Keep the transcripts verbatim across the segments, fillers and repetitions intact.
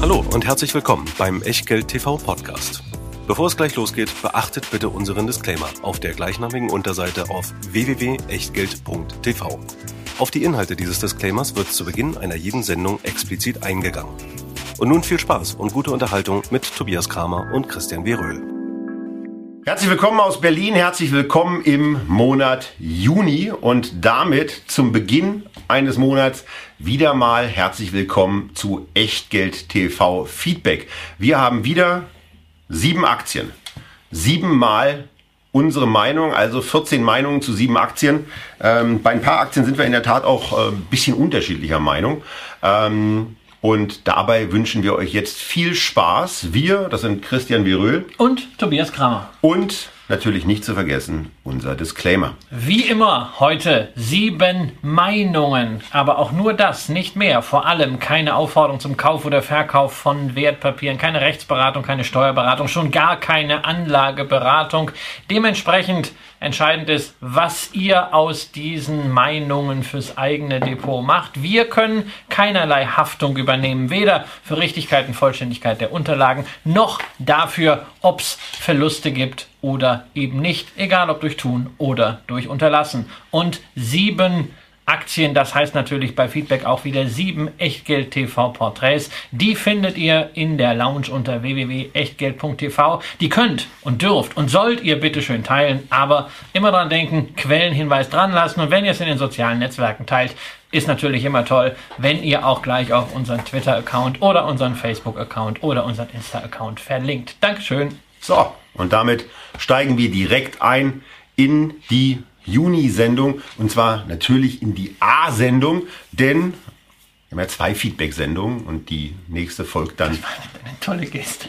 Hallo und herzlich willkommen beim Echtgeld T V Podcast. Bevor es gleich losgeht, beachtet bitte unseren Disclaimer auf der gleichnamigen Unterseite auf w w w punkt echtgeld punkt t v. Auf die Inhalte dieses Disclaimers wird zu Beginn einer jeden Sendung explizit eingegangen. Und nun viel Spaß und gute Unterhaltung mit Tobias Kramer und Christian W. Röhl. Herzlich willkommen aus Berlin, herzlich willkommen im Monat Juni und damit zum Beginn eines Monats wieder mal herzlich willkommen zu Echtgeld T V Feedback. Wir haben wieder sieben Aktien, siebenmal unsere Meinung, also vierzehn Meinungen zu sieben Aktien. Ähm, bei ein paar Aktien sind wir in der Tat auch äh, ein bisschen unterschiedlicher Meinung. Ähm, Und dabei wünschen wir euch jetzt viel Spaß. Wir, das sind Christian W. Röhl und Tobias Kramer. Und natürlich nicht zu vergessen, unser Disclaimer. Wie immer heute sieben Meinungen, aber auch nur das, nicht mehr. Vor allem keine Aufforderung zum Kauf oder Verkauf von Wertpapieren, keine Rechtsberatung, keine Steuerberatung, schon gar keine Anlageberatung. Dementsprechend entscheidend ist, was ihr aus diesen Meinungen fürs eigene Depot macht. Wir können keinerlei Haftung übernehmen, weder für Richtigkeit und Vollständigkeit der Unterlagen, noch dafür, ob es Verluste gibt oder eben nicht, egal ob durch Tun oder durch Unterlassen. Und sieben Aktien, das heißt natürlich bei Feedback auch wieder sieben Echtgeld-T V-Porträts. Die findet ihr in der Lounge unter w w w punkt echtgeld punkt t v. Die könnt und dürft und sollt ihr bitte schön teilen, aber immer dran denken, Quellenhinweis dran lassen. Und wenn ihr es in den sozialen Netzwerken teilt, ist natürlich immer toll, wenn ihr auch gleich auf unseren Twitter-Account oder unseren Facebook-Account oder unseren Insta-Account verlinkt. Dankeschön. So, und damit steigen wir direkt ein in die Juni-Sendung und zwar natürlich in die A-Sendung, denn wir haben ja zwei Feedback-Sendungen und die nächste folgt dann. Das war eine tolle Geste.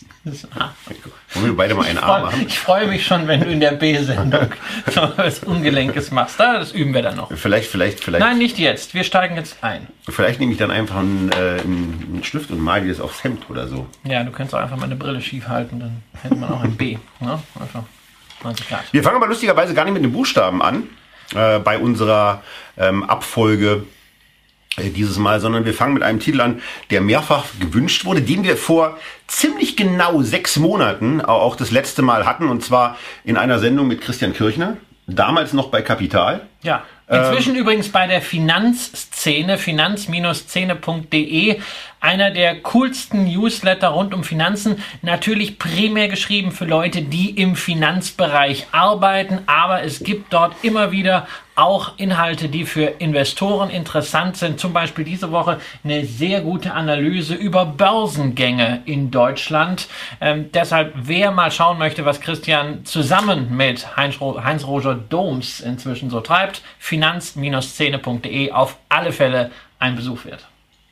Wollen wir beide mal einen Arm machen? Ich freue mich schon, wenn du in der B-Sendung so was Ungelenkes machst. Das üben wir dann noch. Vielleicht, vielleicht, vielleicht. Nein, nicht jetzt. Wir steigen jetzt ein. Vielleicht nehme ich dann einfach einen, äh, einen Stift und male dir das aufs Hemd oder so. Ja, du könntest auch einfach meine Brille schief halten, dann hätte man auch ein B. Ne? Einfach neunzig Grad. Wir fangen aber lustigerweise gar nicht mit den Buchstaben an, äh, bei unserer ähm, Abfolge äh, dieses Mal, sondern wir fangen mit einem Titel an, der mehrfach gewünscht wurde, den wir vor ziemlich genau sechs Monaten auch das letzte Mal hatten, und zwar in einer Sendung mit Christian Kirchner, damals noch bei Kapital. Ja. Inzwischen ähm, übrigens bei der Finanzszene, finanz Szene punkt de, einer der coolsten Newsletter rund um Finanzen, natürlich primär geschrieben für Leute, die im Finanzbereich arbeiten, aber es gibt dort immer wieder auch Inhalte, die für Investoren interessant sind. Zum Beispiel diese Woche eine sehr gute Analyse über Börsengänge in Deutschland. Ähm, deshalb, wer mal schauen möchte, was Christian zusammen mit Heinz-Roger Doms inzwischen so treibt, finanz Szene punkt de, auf alle Fälle ein Besuch wert.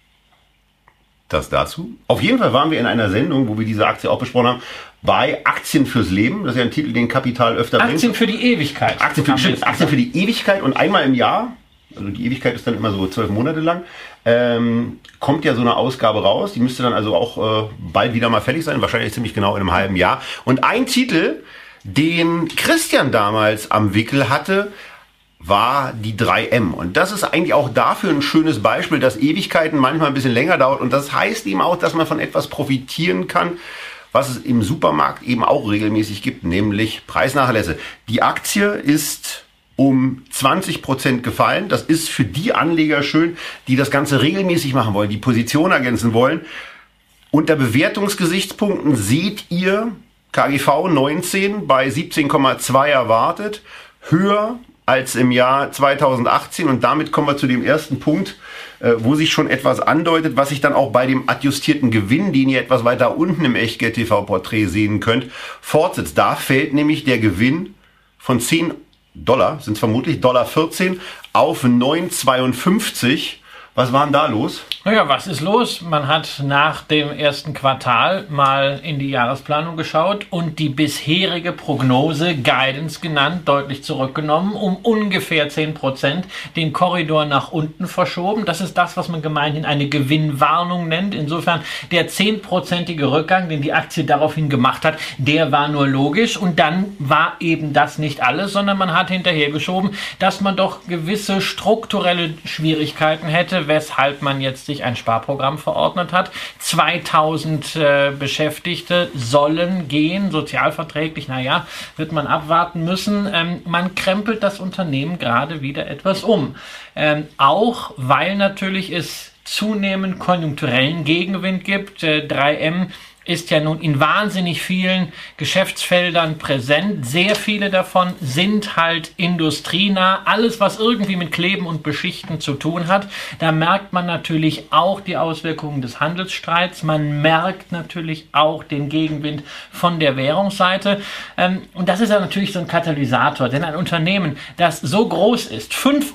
Das dazu. Auf jeden Fall waren wir in einer Sendung, wo wir diese Aktie auch besprochen haben, bei Aktien fürs Leben. Das ist ja ein Titel, den Kapital öfter bringt. Aktien für die Ewigkeit. Aktien für, stimmt, Aktien für die Ewigkeit und einmal im Jahr, also die Ewigkeit ist dann immer so zwölf Monate lang, ähm, kommt ja so eine Ausgabe raus. Die müsste dann also auch äh, bald wieder mal fällig sein, wahrscheinlich ziemlich genau in einem halben Jahr. Und ein Titel, den Christian damals am Wickel hatte, war die drei M. Und das ist eigentlich auch dafür ein schönes Beispiel, dass Ewigkeiten manchmal ein bisschen länger dauert. Und das heißt eben auch, dass man von etwas profitieren kann, was es im Supermarkt eben auch regelmäßig gibt, nämlich Preisnachlässe. Die Aktie ist um zwanzig Prozent gefallen. Das ist für die Anleger schön, die das Ganze regelmäßig machen wollen, die Position ergänzen wollen. Unter Bewertungsgesichtspunkten seht ihr K G V neunzehn bei siebzehn Komma zwei erwartet, höher als im Jahr zweitausendachtzehn, und damit kommen wir zu dem ersten Punkt, äh, wo sich schon etwas andeutet, was sich dann auch bei dem adjustierten Gewinn, den ihr etwas weiter unten im Echtgeld-T V-Porträt sehen könnt, fortsetzt. Da fällt nämlich der Gewinn von zehn Dollar, sind es vermutlich Dollar vierzehn, auf neun Komma zweiundfünfzig. Was war denn da los? Naja, was ist los? Man hat nach dem ersten Quartal mal in die Jahresplanung geschaut und die bisherige Prognose, Guidance genannt, deutlich zurückgenommen, um ungefähr zehn Prozent, den Korridor nach unten verschoben. Das ist das, was man gemeinhin eine Gewinnwarnung nennt. Insofern der zehnprozentige Rückgang, den die Aktie daraufhin gemacht hat, der war nur logisch. Und dann war eben das nicht alles, sondern man hat hinterhergeschoben, dass man doch gewisse strukturelle Schwierigkeiten hätte, Gründe, weshalb man jetzt sich ein Sparprogramm verordnet hat. zweitausend äh, Beschäftigte sollen gehen, sozialverträglich, naja, wird man abwarten müssen. Ähm, man krempelt das Unternehmen gerade wieder etwas um. Ähm, auch weil natürlich es zunehmend konjunkturellen Gegenwind gibt. Äh, drei M ist ja nun in wahnsinnig vielen Geschäftsfeldern präsent. Sehr viele davon sind halt industrienah. Alles, was irgendwie mit Kleben und Beschichten zu tun hat. Da merkt man natürlich auch die Auswirkungen des Handelsstreits. Man merkt natürlich auch den Gegenwind von der Währungsseite. Und das ist ja natürlich so ein Katalysator. Denn ein Unternehmen, das so groß ist,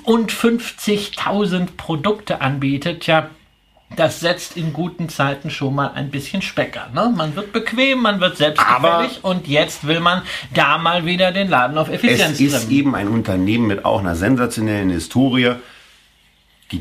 fünfundfünfzigtausend Produkte anbietet, ja, das setzt in guten Zeiten schon mal ein bisschen Speck an. Ne? Man wird bequem, man wird selbstgefällig und jetzt will man da mal wieder den Laden auf Effizienz trimmen. Es ist eben ein Unternehmen mit auch einer sensationellen Historie. Die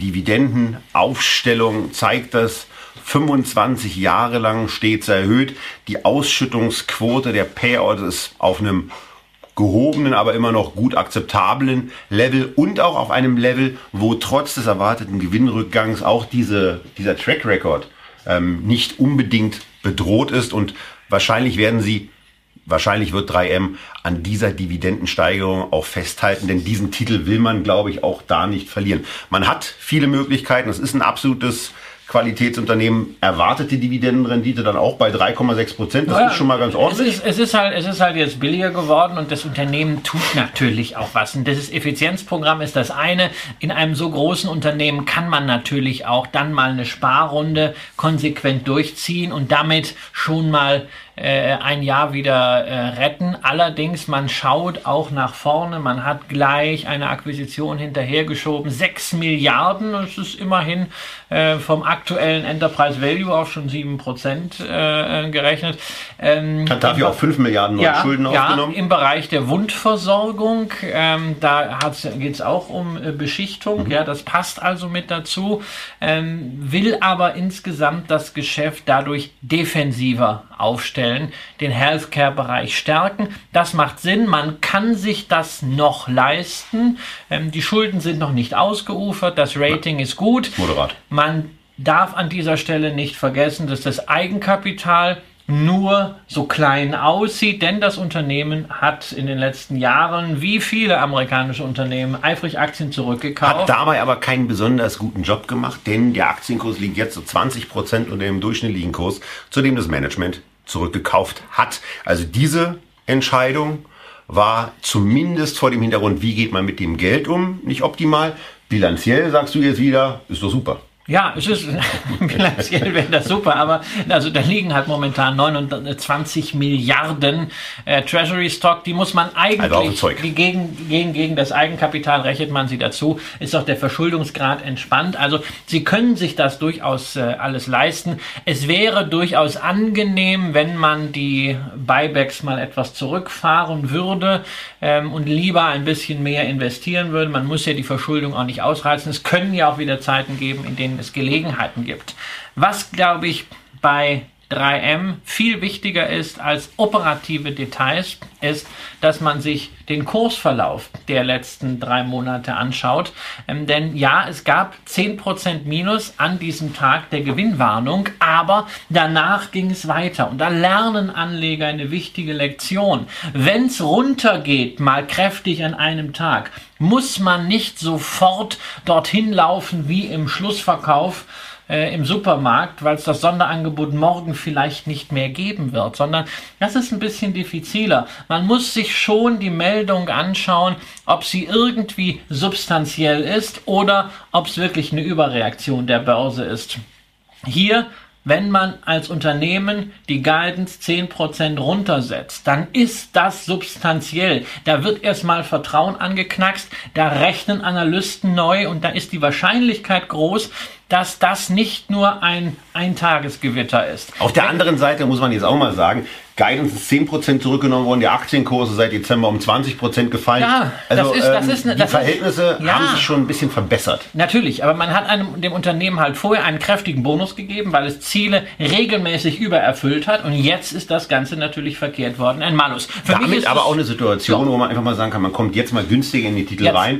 Dividendenaufstellung zeigt das. fünfundzwanzig Jahre lang stets erhöht. Die Ausschüttungsquote der Payout ist auf einem gehobenen, aber immer noch gut akzeptablen Level und auch auf einem Level, wo trotz des erwarteten Gewinnrückgangs auch diese, dieser Track Record ähm, nicht unbedingt bedroht ist und wahrscheinlich werden sie, wahrscheinlich wird drei M an dieser Dividendensteigerung auch festhalten, denn diesen Titel will man, glaube ich, auch da nicht verlieren. Man hat viele Möglichkeiten, es ist ein absolutes Qualitätsunternehmen, erwartet die Dividendenrendite dann auch bei drei Komma sechs Prozent. Das ja, ist schon mal ganz ordentlich. Es ist, es, ist halt, es ist halt jetzt billiger geworden und das Unternehmen tut natürlich auch was. Und das Effizienzprogramm ist das eine. In einem so großen Unternehmen kann man natürlich auch dann mal eine Sparrunde konsequent durchziehen und damit schon mal äh, ein Jahr wieder äh, retten. Allerdings, man schaut auch nach vorne. Man hat gleich eine Akquisition hinterhergeschoben. sechs Milliarden, das ist immerhin äh, vom aktuellen Enterprise Value auf schon sieben Prozent äh, gerechnet. Ähm, Hat dafür auch fünf Milliarden neue ja, Schulden aufgenommen? Ja, im Bereich der Wundversorgung, ähm, da geht es auch um äh, Beschichtung, mhm. ja, das passt also mit dazu, ähm, will aber insgesamt das Geschäft dadurch defensiver aufstellen, den Healthcare-Bereich stärken. Das macht Sinn, man kann sich das noch leisten. Ähm, die Schulden sind noch nicht ausgeufert, das Rating ja. ist gut. Moderat. Man darf an dieser Stelle nicht vergessen, dass das Eigenkapital nur so klein aussieht, denn das Unternehmen hat in den letzten Jahren, wie viele amerikanische Unternehmen, eifrig Aktien zurückgekauft. Hat dabei aber keinen besonders guten Job gemacht, denn der Aktienkurs liegt jetzt so zwanzig Prozent unter dem durchschnittlichen Kurs, zu dem das Management zurückgekauft hat. Also diese Entscheidung war zumindest vor dem Hintergrund, wie geht man mit dem Geld um, nicht optimal. Bilanziell sagst du jetzt wieder, ist doch super. Ja, es ist bilanziell wäre das super, aber also da liegen halt momentan neunundzwanzig Milliarden äh, Treasury Stock, die muss man eigentlich also die gegen, gegen, gegen das Eigenkapital rechnet man sie dazu, ist auch der Verschuldungsgrad entspannt. Also sie können sich das durchaus äh, alles leisten. Es wäre durchaus angenehm, wenn man die Buybacks mal etwas zurückfahren würde ähm, und lieber ein bisschen mehr investieren würde. Man muss ja die Verschuldung auch nicht ausreizen. Es können ja auch wieder Zeiten geben, in denen es Gelegenheiten gibt. Was, glaube ich, bei drei M viel wichtiger ist als operative Details, ist, dass man sich den Kursverlauf der letzten drei Monate anschaut. Ähm, denn ja, es gab zehn Prozent Minus an diesem Tag der Gewinnwarnung, aber danach ging es weiter. Und da lernen Anleger eine wichtige Lektion. Wenn es runtergeht, mal kräftig an einem Tag, muss man nicht sofort dorthin laufen wie im Schlussverkauf äh, im Supermarkt, weil es das Sonderangebot morgen vielleicht nicht mehr geben wird, sondern das ist ein bisschen diffiziler. Man muss sich schon die Meldung anschauen, ob sie irgendwie substanziell ist oder ob es wirklich eine Überreaktion der Börse ist. Hier, wenn man als Unternehmen die Guidance zehn Prozent runtersetzt, dann ist das substanziell. Da wird erstmal Vertrauen angeknackst, da rechnen Analysten neu und da ist die Wahrscheinlichkeit groß, dass das nicht nur ein Eintagesgewitter ist. Auf der anderen Seite muss man jetzt auch mal sagen, Guidance ist zehn Prozent zurückgenommen worden, die Aktienkurse seit Dezember um zwanzig Prozent gefallen. Ja, also das ist, das ist, ähm, die das Verhältnisse ist, ja, haben sich schon ein bisschen verbessert. Natürlich, aber man hat einem, dem Unternehmen halt vorher einen kräftigen Bonus gegeben, weil es Ziele regelmäßig übererfüllt hat und jetzt ist das Ganze natürlich verkehrt worden. Ein Malus. Für Damit mich ist aber auch eine Situation, so, wo man einfach mal sagen kann, man kommt jetzt mal günstiger in die Titel jetzt. rein.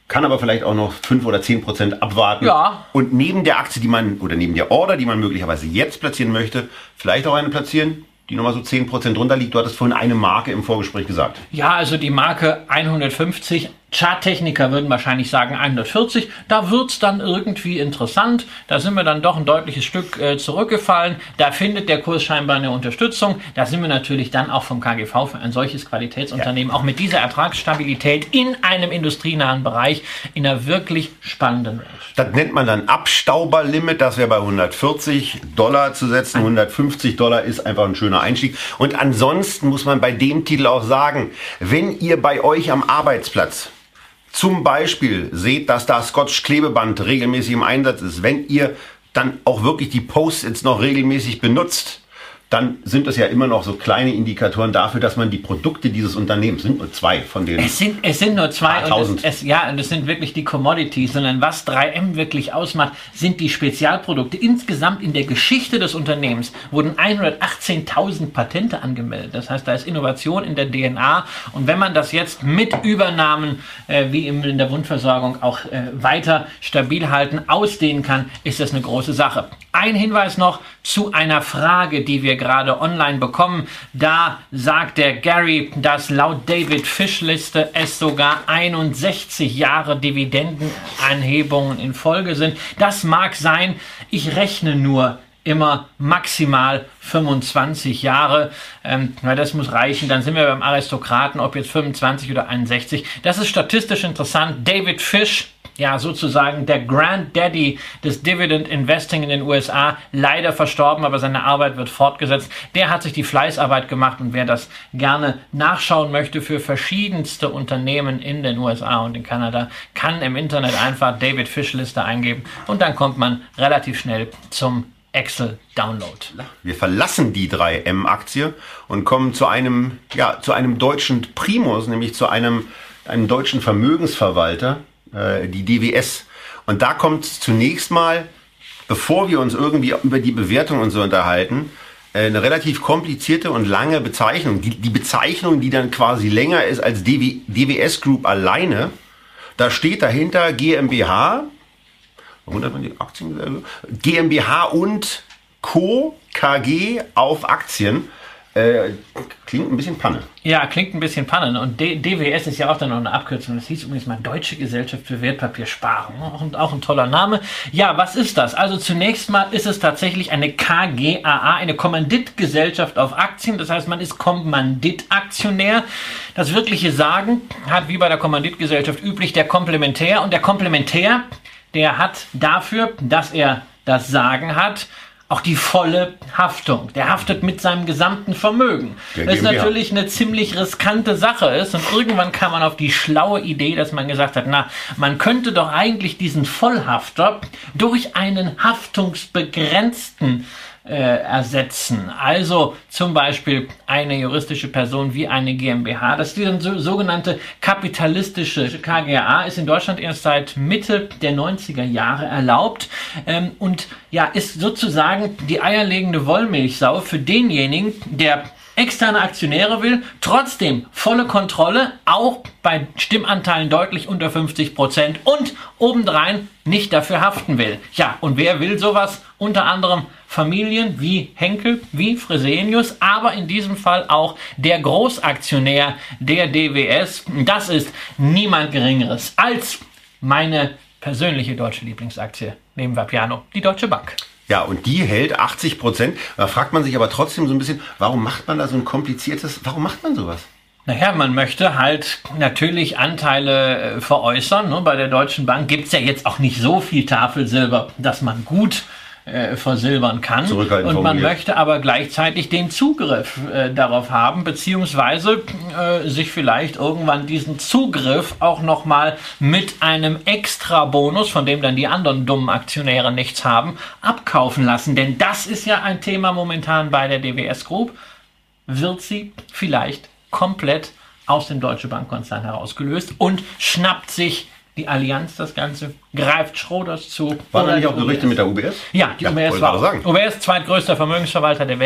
kann aber vielleicht auch noch fünf oder zehn Prozent abwarten. Ja. Und neben der Aktie, die man, oder neben der Order, die man möglicherweise jetzt platzieren möchte, vielleicht auch eine platzieren, die nochmal so zehn Prozent drunter liegt. Du hattest vorhin eine Marke im Vorgespräch gesagt. Ja, also die Marke hundertfünfzig. Charttechniker würden wahrscheinlich sagen hundertvierzig. Da wird's dann irgendwie interessant. Da sind wir dann doch ein deutliches Stück äh, zurückgefallen. Da findet der Kurs scheinbar eine Unterstützung. Da sind wir natürlich dann auch vom K G V für ein solches Qualitätsunternehmen, ja, auch mit dieser Ertragsstabilität in einem industrienahen Bereich, in einer wirklich spannenden Welt. Das nennt man dann Abstauberlimit. Das wäre bei hundertvierzig Dollar zu setzen. hundertfünfzig Dollar ist einfach ein schöner Einstieg. Und ansonsten muss man bei dem Titel auch sagen, wenn ihr bei euch am Arbeitsplatz zum Beispiel seht, dass da Scotch-Klebeband regelmäßig im Einsatz ist, wenn ihr dann auch wirklich die Post-its noch regelmäßig benutzt, dann sind das ja immer noch so kleine Indikatoren dafür, dass man die Produkte dieses Unternehmens, sind nur zwei von denen. Es sind, es sind nur zwei und es, es, ja, und es sind wirklich die Commodities, sondern was drei M wirklich ausmacht, sind die Spezialprodukte. Insgesamt in der Geschichte des Unternehmens wurden hundertachtzehntausend Patente angemeldet. Das heißt, da ist Innovation in der D N A, und wenn man das jetzt mit Übernahmen, äh, wie in der Wundversorgung, auch äh, weiter stabil halten, ausdehnen kann, ist das eine große Sache. Ein Hinweis noch zu einer Frage, die wir gerade online bekommen. Da sagt der Gary, dass laut David Fish Liste es sogar einundsechzig Jahre Dividendenanhebungen in Folge sind. Das mag sein. Ich rechne nur immer maximal fünfundzwanzig Jahre. Ähm, na, das muss reichen. Dann sind wir beim Aristokraten, ob jetzt fünfundzwanzig oder einundsechzig. Das ist statistisch interessant. David Fish, ja, sozusagen der Granddaddy des Dividend Investing in den U S A, leider verstorben, aber seine Arbeit wird fortgesetzt. Der hat sich die Fleißarbeit gemacht, und wer das gerne nachschauen möchte für verschiedenste Unternehmen in den U S A und in Kanada, kann im Internet einfach David Fish Liste eingeben, und dann kommt man relativ schnell zum Excel-Download. Wir verlassen die drei M-Aktie und kommen zu einem, ja, zu einem deutschen Primus, nämlich zu einem, einem deutschen Vermögensverwalter, die D W S. Und da kommt zunächst mal, bevor wir uns irgendwie über die Bewertung und so unterhalten, eine relativ komplizierte und lange Bezeichnung. Die, die Bezeichnung, die dann quasi länger ist als D W S Group alleine. Da steht dahinter GmbH, wundert man die Aktien, GmbH und Co. K G auf Aktien. Äh, klingt ein bisschen Panne. Ja, klingt ein bisschen Panne. Und D W S ist ja auch dann noch eine Abkürzung. Das hieß übrigens mal Deutsche Gesellschaft für Wertpapiersparung. Auch ein, auch ein toller Name. Ja, was ist das? Also zunächst mal ist es tatsächlich eine K G A A, eine Kommanditgesellschaft auf Aktien. Das heißt, man ist Kommanditaktionär. Das wirkliche Sagen hat, wie bei der Kommanditgesellschaft üblich, der Komplementär. Und der Komplementär, der hat dafür, dass er das Sagen hat, auch die volle Haftung. Der haftet mit seinem gesamten Vermögen. Der das ist natürlich eine ziemlich riskante Sache ist. Und irgendwann kam man auf die schlaue Idee, dass man gesagt hat, na, man könnte doch eigentlich diesen Vollhafter durch einen haftungsbegrenzten äh, ersetzen. Also zum Beispiel eine juristische Person wie eine GmbH. Das ist die so, sogenannte kapitalistische K G A, ist in Deutschland erst seit Mitte der neunziger Jahre erlaubt ähm, und ja, ist sozusagen die eierlegende Wollmilchsau für denjenigen, der externe Aktionäre will, trotzdem volle Kontrolle, auch bei Stimmanteilen deutlich unter fünfzig Prozent und obendrein nicht dafür haften will. Ja, und wer will sowas? Unter anderem Familien wie Henkel, wie Fresenius, aber in diesem Fall auch der Großaktionär der D W S. Das ist niemand Geringeres als meine persönliche deutsche Lieblingsaktie neben Vapiano, die Deutsche Bank. Ja, und die hält achtzig Prozent. Da fragt man sich aber trotzdem so ein bisschen, warum macht man da so ein kompliziertes, warum macht man sowas? Naja, man möchte halt natürlich Anteile äh, veräußern. Ne? Bei der Deutschen Bank gibt's ja jetzt auch nicht so viel Tafelsilber, dass man gut äh, versilbern kann. Und man formuliert. Möchte aber gleichzeitig den Zugriff äh, darauf haben, beziehungsweise äh, sich vielleicht irgendwann diesen Zugriff auch nochmal mit einem Extra-Bonus, von dem dann die anderen dummen Aktionäre nichts haben, abkaufen lassen. Denn das ist ja ein Thema momentan bei der D W S Group. Wird sie vielleicht komplett aus dem Deutsche Bankkonzern herausgelöst und schnappt sich die Allianz das Ganze, greift Schroders zu. Waren da nicht auch Gerüchte mit der U B S? Ja, die ja, U B S war U B S zweitgrößter Vermögensverwalter der Welt,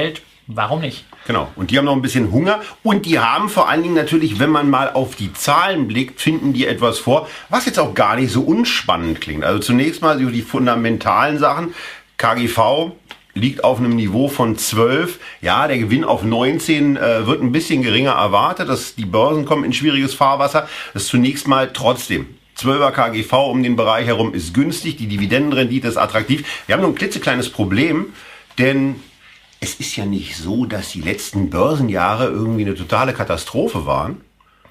warum nicht? Genau. Und die haben noch ein bisschen Hunger. Und die haben vor allen Dingen natürlich, wenn man mal auf die Zahlen blickt, finden die etwas vor, was jetzt auch gar nicht so unspannend klingt. Also zunächst mal die fundamentalen Sachen. K G V liegt auf einem Niveau von zwölf. Ja, der Gewinn auf neunzehn äh, wird ein bisschen geringer erwartet. Das, die Börsen kommen in schwieriges Fahrwasser. Das ist zunächst mal trotzdem. zwölfer K G V um den Bereich herum ist günstig. Die Dividendenrendite ist attraktiv. Wir haben nur ein klitzekleines Problem, denn es ist ja nicht so, dass die letzten Börsenjahre irgendwie eine totale Katastrophe waren.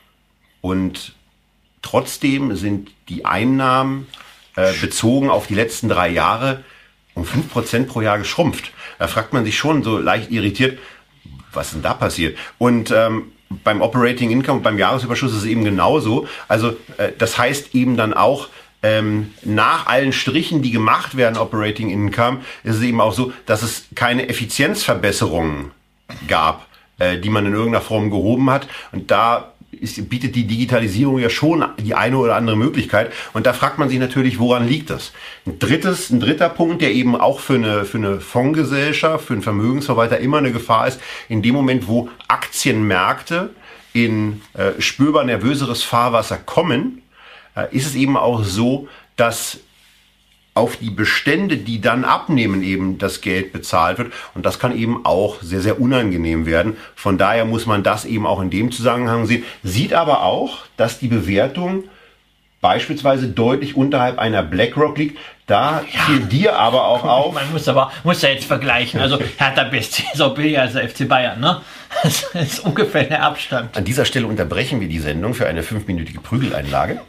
Und trotzdem sind die Einnahmen äh, bezogen auf die letzten drei Jahre um fünf Prozent pro Jahr geschrumpft. Da fragt man sich schon so leicht irritiert, was denn da passiert? Und ähm, beim Operating Income, beim Jahresüberschuss ist es eben genauso. Also äh, das heißt eben dann auch, ähm, nach allen Strichen, die gemacht werden, Operating Income, ist es eben auch so, dass es keine Effizienzverbesserungen gab, äh, die man in irgendeiner Form gehoben hat. Und da ist, bietet die Digitalisierung ja schon die eine oder andere Möglichkeit. Und da fragt man sich natürlich, woran liegt das? Ein drittes, ein dritter Punkt, der eben auch für eine, für eine Fondsgesellschaft, für einen Vermögensverwalter immer eine Gefahr ist, in dem Moment, wo Aktienmärkte in äh, spürbar nervöseres Fahrwasser kommen, äh, ist es eben auch so, dass auf die Bestände, die dann abnehmen, eben das Geld bezahlt wird. Und das kann eben auch sehr, sehr unangenehm werden. Von daher muss man das eben auch in dem Zusammenhang sehen. Sieht aber auch, dass die Bewertung beispielsweise deutlich unterhalb einer BlackRock liegt. Da ja. fiel dir aber auch auf. Man muss aber muss ja jetzt vergleichen. Also Hertha B S C ist auch billiger als der F C Bayern, ne? Das ist ungefähr der Abstand. An dieser Stelle unterbrechen wir die Sendung für eine fünfminütige Prügeleinlage.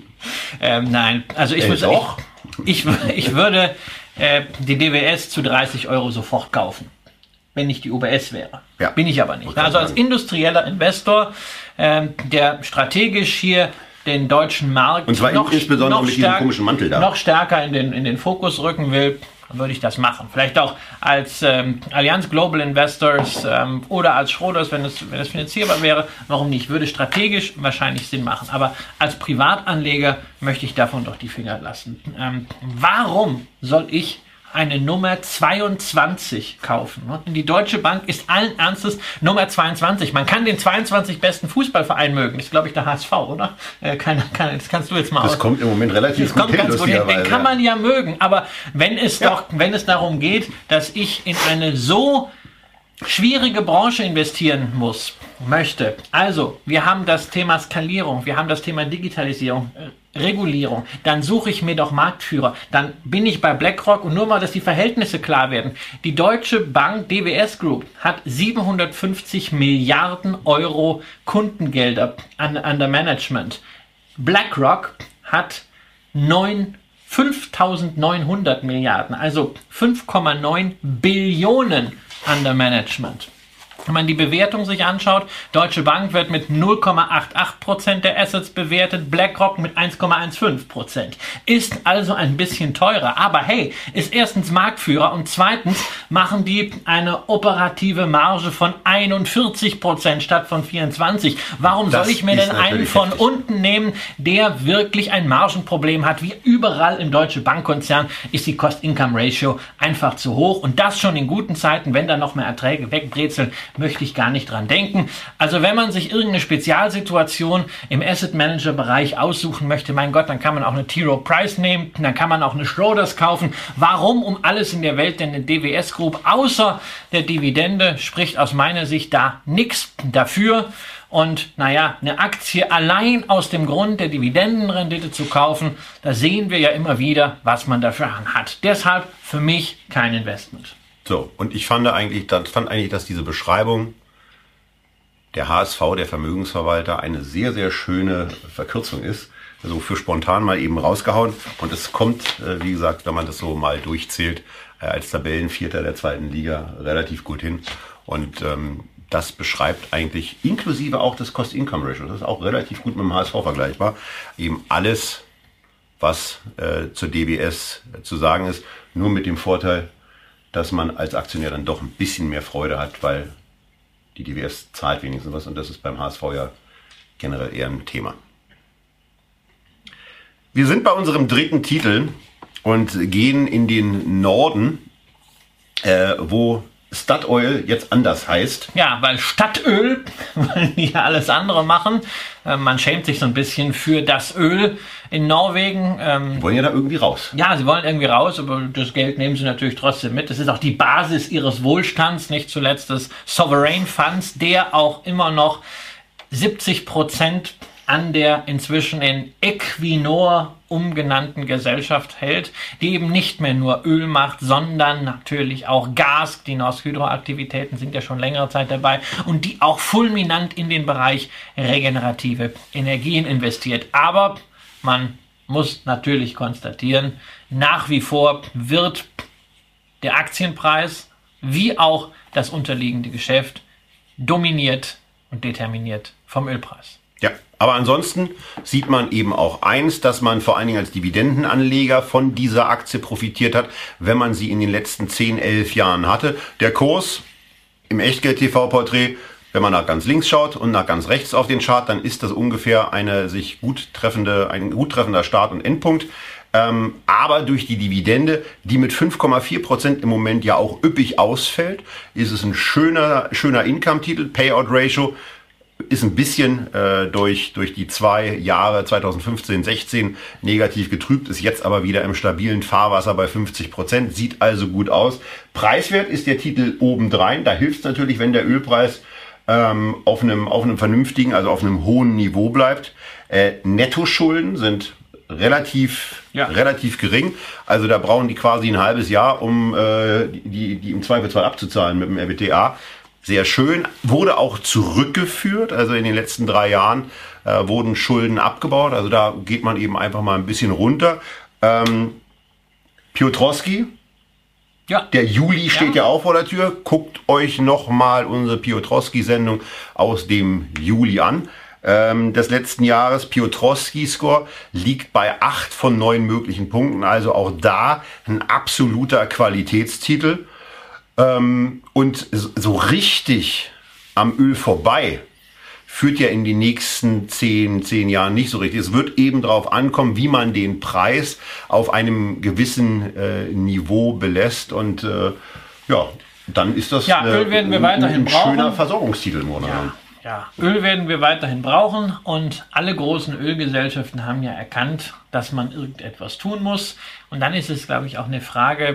Ähm, nein, also ich äh, muss doch. Ich, ich würde äh, die D W S zu dreißig Euro sofort kaufen, wenn ich die U B S wäre. Ja. Bin ich aber nicht. Also als industrieller Investor, äh, der strategisch hier den deutschen Markt und zwar noch, insbesondere noch, mit stark, diesem komischen Mantel da. noch stärker in den, in den Fokus rücken will, würde ich das machen. Vielleicht auch als ähm, Allianz Global Investors ähm, oder als Schroders, wenn es, wenn es finanzierbar wäre. Warum nicht? Würde strategisch wahrscheinlich Sinn machen. Aber als Privatanleger möchte ich davon doch die Finger lassen. Ähm, warum soll ich eine Nummer zweiundzwanzig kaufen? Die Deutsche Bank ist allen Ernstes Nummer zweiundzwanzig. Man kann den zweiundzwanzig besten Fußballverein mögen. Das ist, glaube ich, der H S V, oder? Äh, keine, keine, das kannst du jetzt mal Das aus. kommt im Moment relativ das gut kommt hin. Ganz gut hin. Den kann man ja mögen. Aber wenn es, ja. doch, wenn es darum geht, dass ich in eine so schwierige Branche investieren muss, möchte. Also, wir haben das Thema Skalierung, wir haben das Thema Digitalisierung, Regulierung, dann suche ich mir doch Marktführer, dann bin ich bei BlackRock und nur mal, dass die Verhältnisse klar werden. Die Deutsche Bank D W S Group hat siebenhundertfünfzig Milliarden Euro Kundengelder an, under Management. BlackRock hat fünftausendneunhundert Milliarden, also fünf Komma neun Billionen under Management. Wenn man die Bewertung sich anschaut, Deutsche Bank wird mit null Komma achtundachtzig Prozent der Assets bewertet, BlackRock mit eins Komma fünfzehn Prozent. Ist also ein bisschen teurer, aber hey, ist erstens Marktführer und zweitens machen die eine operative Marge von einundvierzig Prozent statt von vierundzwanzig. Warum das soll ich mir denn einen von heftig. unten nehmen, der wirklich ein Margenproblem hat? Wie überall im Deutsche Bankkonzern ist die Cost-Income-Ratio einfach zu hoch und das schon in guten Zeiten, wenn da noch mehr Erträge wegbrezeln, möchte ich gar nicht dran denken. Also wenn man sich irgendeine Spezialsituation im Asset Manager Bereich aussuchen möchte, mein Gott, dann kann man auch eine T. Rowe Price nehmen, dann kann man auch eine Schroders kaufen. Warum um alles in der Welt denn eine D W S Group außer der Dividende spricht aus meiner Sicht da nichts dafür. Und naja, eine Aktie allein aus dem Grund der Dividendenrendite zu kaufen, da sehen wir ja immer wieder, was man dafür hat. Deshalb für mich kein Investment. So, und ich fand eigentlich, fand eigentlich, dass diese Beschreibung der H S V, der Vermögensverwalter, eine sehr, sehr schöne Verkürzung ist. Also für spontan mal eben rausgehauen. Und es kommt, wie gesagt, wenn man das so mal durchzählt, als Tabellenvierter der zweiten Liga relativ gut hin. Und ähm, das beschreibt eigentlich, inklusive auch das Cost-Income-Ratio, das ist auch relativ gut mit dem H S V vergleichbar, eben alles, was äh, zur D W S äh, zu sagen ist, nur mit dem Vorteil, dass man als Aktionär dann doch ein bisschen mehr Freude hat, weil die D W S zahlt wenigstens was und das ist beim H S V ja generell eher ein Thema. Wir sind bei unserem dritten Titel und gehen in den Norden, äh, wo Statoil jetzt anders heißt. Ja, weil Stadtöl, weil die ja alles andere machen. Äh, man schämt sich so ein bisschen für das Öl in Norwegen. Ähm, die wollen ja da irgendwie raus. Ja, sie wollen irgendwie raus, aber das Geld nehmen sie natürlich trotzdem mit. Das ist auch die Basis ihres Wohlstands, nicht zuletzt des Sovereign Funds, der auch immer noch siebzig Prozent an der inzwischen in Equinor umgenannten Gesellschaft hält, die eben nicht mehr nur Öl macht, sondern natürlich auch Gas. Die Norsk Hydro-Aktivitäten sind ja schon längere Zeit dabei und die auch fulminant in den Bereich regenerative Energien investiert. Aber man muss natürlich konstatieren, nach wie vor wird der Aktienpreis wie auch das unterliegende Geschäft dominiert und determiniert vom Ölpreis. Ja, aber ansonsten sieht man eben auch eins, dass man vor allen Dingen als Dividendenanleger von dieser Aktie profitiert hat, wenn man sie in den letzten zehn, elf Jahren hatte. Der Kurs im Echtgeld-T V-Porträt, wenn man nach ganz links schaut und nach ganz rechts auf den Chart, dann ist das ungefähr eine sich gut treffende, ein gut treffender Start- und Endpunkt. Ähm, aber durch die Dividende, die mit fünf Komma vier Prozent im Moment ja auch üppig ausfällt, ist es ein schöner, schöner Income-Titel. Payout-Ratio ist ein bisschen äh, durch, durch die zwei Jahre zweitausendfünfzehn, sechzehn negativ getrübt, ist jetzt aber wieder im stabilen Fahrwasser bei fünfzig Prozent, sieht also gut aus. Preiswert ist der Titel obendrein, da hilft es natürlich, wenn der Ölpreis ähm, auf einem, auf einem vernünftigen, also auf einem hohen Niveau bleibt. Äh, Nettoschulden sind relativ, ja. relativ gering, also da brauchen die quasi ein halbes Jahr, um äh, die, die im Zweifelsfall abzuzahlen mit dem R B T A. Sehr schön, wurde auch zurückgeführt, also in den letzten drei Jahren äh, wurden Schulden abgebaut, also da geht man eben einfach mal ein bisschen runter. Ähm, Piotrowski, ja. Der Juli steht ja. ja auch vor der Tür, guckt euch nochmal unsere Piotrowski-Sendung aus dem Juli an. Ähm, des letzten Jahres, Piotrowski-Score liegt bei acht von neun möglichen Punkten, also auch da ein absoluter Qualitätstitel. Und so richtig am Öl vorbei führt ja in die nächsten zehn, zehn Jahren nicht so richtig. Es wird eben darauf ankommen, wie man den Preis auf einem gewissen äh, Niveau belässt. Und äh, ja, dann ist das ja, eine, Öl werden wir ein, weiterhin ein schöner brauchen. Versorgungstitel. Ja, ja, Öl werden wir weiterhin brauchen. Und alle großen Ölgesellschaften haben ja erkannt, dass man irgendetwas tun muss. Und dann ist es, glaube ich, auch eine Frage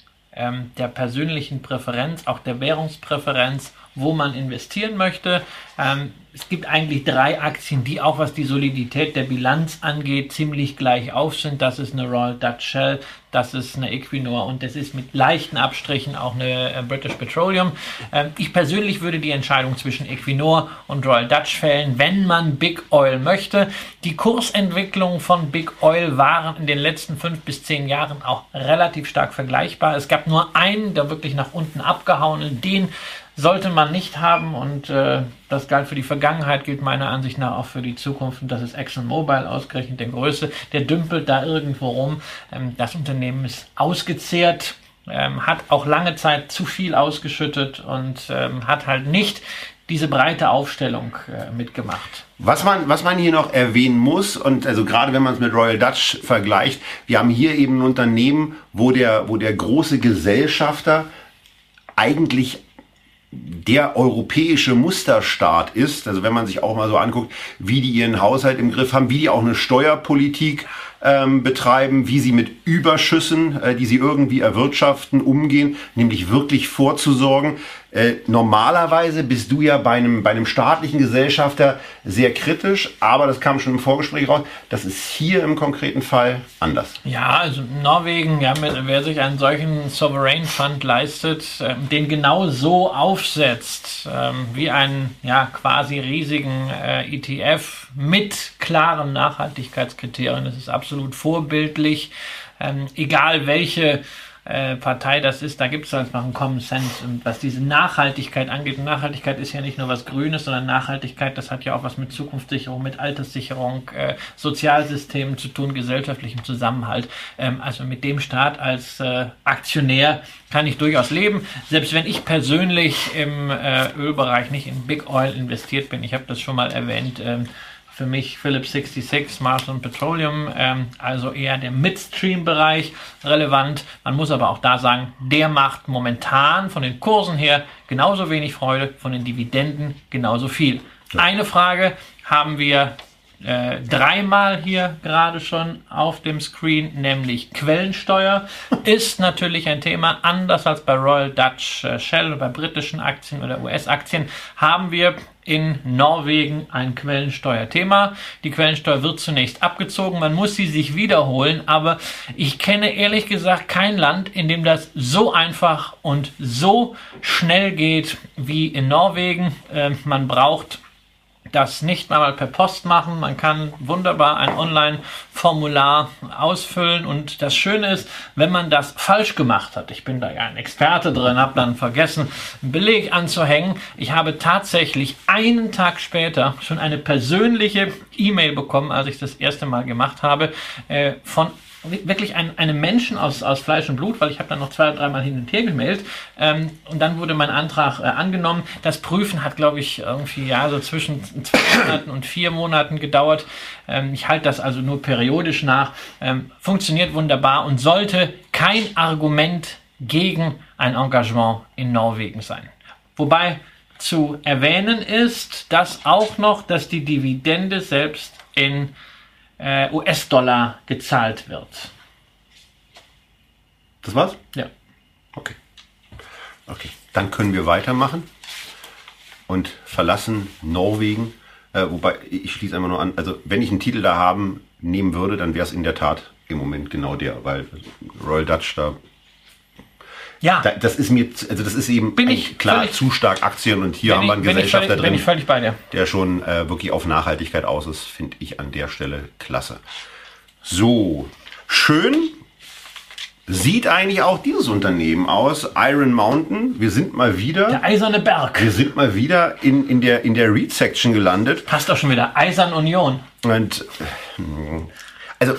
der persönlichen Präferenz, auch der Währungspräferenz, wo man investieren möchte. Ähm, es gibt eigentlich drei Aktien, die auch was die Solidität der Bilanz angeht, ziemlich gleich auf sind. Das ist eine Royal Dutch Shell, das ist eine Equinor und das ist mit leichten Abstrichen auch eine äh, British Petroleum. Ähm, ich persönlich würde die Entscheidung zwischen Equinor und Royal Dutch fällen, wenn man Big Oil möchte. Die Kursentwicklungen von Big Oil waren in den letzten fünf bis zehn Jahren auch relativ stark vergleichbar. Es gab nur einen, der wirklich nach unten abgehauen ist. Den sollte man nicht haben und äh, das galt für die Vergangenheit, gilt meiner Ansicht nach auch für die Zukunft und das ist ExxonMobil ausgerechnet der Größte, der dümpelt da irgendwo rum. Ähm, das Unternehmen ist ausgezehrt, ähm, hat auch lange Zeit zu viel ausgeschüttet und ähm, hat halt nicht diese breite Aufstellung äh, mitgemacht. Was man, was man hier noch erwähnen muss, und also gerade wenn man es mit Royal Dutch vergleicht, wir haben hier eben ein Unternehmen, wo der, wo der große Gesellschafter eigentlich der europäische Musterstaat ist, also wenn man sich auch mal so anguckt, wie die ihren Haushalt im Griff haben, wie die auch eine Steuerpolitik ähm, betreiben, wie sie mit Überschüssen, äh, die sie irgendwie erwirtschaften, umgehen, nämlich wirklich vorzusorgen. Äh, normalerweise bist du ja bei einem, bei einem staatlichen Gesellschafter sehr kritisch, aber das kam schon im Vorgespräch raus, das ist hier im konkreten Fall anders. Ja, also Norwegen, ja, wer sich einen solchen Sovereign Fund leistet, äh, den genau so aufsetzt, äh, wie einen ja, quasi riesigen äh, E T F mit klaren Nachhaltigkeitskriterien, das ist absolut vorbildlich, ähm, egal welche Äh, Partei das ist, da gibt es halt noch einen Common Sense. Und was diese Nachhaltigkeit angeht, und Nachhaltigkeit ist ja nicht nur was Grünes, sondern Nachhaltigkeit, das hat ja auch was mit Zukunftssicherung, mit Alterssicherung, äh, Sozialsystemen zu tun, gesellschaftlichem Zusammenhalt. Ähm, also mit dem Staat als äh, Aktionär kann ich durchaus leben. Selbst wenn ich persönlich im äh, Ölbereich nicht in Big Oil investiert bin, ich habe das schon mal erwähnt, ähm, für mich Phillips sechsundsechzig, Marshall Petroleum, ähm, also eher der Midstream-Bereich relevant. Man muss aber auch da sagen, der macht momentan von den Kursen her genauso wenig Freude, von den Dividenden genauso viel. Ja. Eine Frage haben wir äh, dreimal hier gerade schon auf dem Screen, nämlich Quellensteuer. Ist natürlich ein Thema, anders als bei Royal Dutch Shell oder bei britischen Aktien oder U S-Aktien, haben wir in Norwegen ein Quellensteuerthema. Die Quellensteuer wird zunächst abgezogen, man muss sie sich wiederholen, aber ich kenne ehrlich gesagt kein Land, in dem das so einfach und so schnell geht wie in Norwegen. Äh, man braucht das nicht mal per Post machen. Man kann wunderbar ein Online-Formular ausfüllen und das Schöne ist, wenn man das falsch gemacht hat, ich bin da ja ein Experte drin, habe dann vergessen, einen Beleg anzuhängen. Ich habe tatsächlich einen Tag später schon eine persönliche E-Mail bekommen, als ich das erste Mal gemacht habe, äh, von wirklich ein, einem Menschen aus, aus Fleisch und Blut, weil ich habe dann noch zwei oder dreimal hin und her gemeldet ähm, und dann wurde mein Antrag äh, angenommen. Das Prüfen hat, glaube ich, irgendwie ja so zwischen zwei Monaten und vier Monaten gedauert. Ähm, ich halte das also nur periodisch nach. Ähm, funktioniert wunderbar und sollte kein Argument gegen ein Engagement in Norwegen sein. Wobei zu erwähnen ist, dass auch noch, dass die Dividende selbst in U S-Dollar gezahlt wird. Das war's? Ja. Okay. Okay. Dann können wir weitermachen und verlassen Norwegen. Äh, wobei, ich schließe einfach nur an, also wenn ich einen Titel da haben nehmen würde, dann wäre es in der Tat im Moment genau der, weil Royal Dutch da. Ja. Da, das ist mir, also das ist eben bin ich klar völlig, zu stark Aktien und hier haben wir einen ich, Gesellschafter völlig, drin, bin ich völlig bei dir. der schon äh, wirklich auf Nachhaltigkeit aus ist, finde ich an der Stelle klasse. So, schön sieht eigentlich auch dieses Unternehmen aus, Iron Mountain. Wir sind mal wieder... Der eiserne Berg. Wir sind mal wieder in, in der, in der REIT-Section gelandet. Passt doch schon wieder, Eisern Union. Und, also...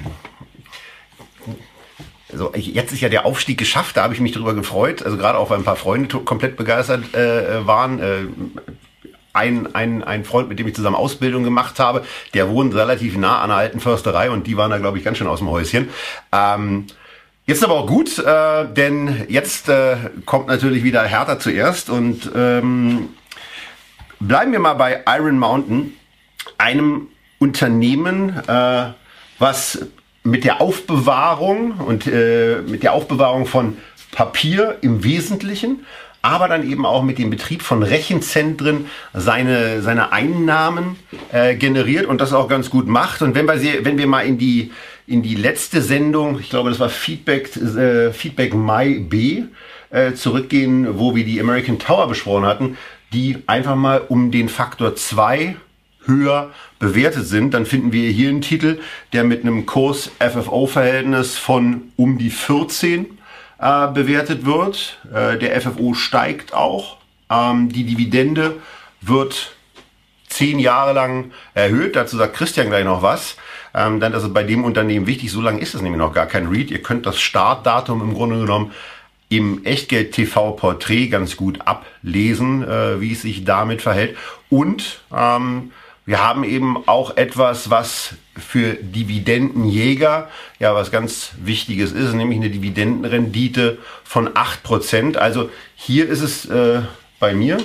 Also jetzt ist ja der Aufstieg geschafft, da habe ich mich darüber gefreut. Also gerade auch, weil ein paar Freunde komplett begeistert äh, waren. Äh, ein, ein, ein Freund, mit dem ich zusammen Ausbildung gemacht habe, der wohnt relativ nah an der alten Försterei und die waren da, glaube ich, ganz schön aus dem Häuschen. Ähm, jetzt aber auch gut, äh, denn jetzt äh, kommt natürlich wieder Hertha zuerst und ähm, bleiben wir mal bei Iron Mountain, einem Unternehmen, äh, was mit der Aufbewahrung und äh, mit der Aufbewahrung von Papier im Wesentlichen, aber dann eben auch mit dem Betrieb von Rechenzentren seine, seine Einnahmen äh, generiert und das auch ganz gut macht. Und wenn wir, sie, wenn wir mal in die, in die letzte Sendung, ich glaube, das war Feedback, äh, Feedback Mai B, äh, zurückgehen, wo wir die American Tower besprochen hatten, die einfach mal um den Faktor zwei höher bewertet sind, dann finden wir hier einen Titel, der mit einem Kurs-F F O-Verhältnis von um die vierzehn äh, bewertet wird. Äh, der F F O steigt auch. Ähm, die Dividende wird zehn Jahre lang erhöht. Dazu sagt Christian gleich noch was. Ähm, dann ist es bei dem Unternehmen wichtig, so lange ist es nämlich noch gar kein REIT. Ihr könnt das Startdatum im Grunde genommen im Echtgeld-T V-Porträt ganz gut ablesen, äh, wie es sich damit verhält. Und ähm, wir haben eben auch etwas, was für Dividendenjäger ja was ganz Wichtiges ist, nämlich eine Dividendenrendite von acht Prozent. Also hier ist es äh, bei mir.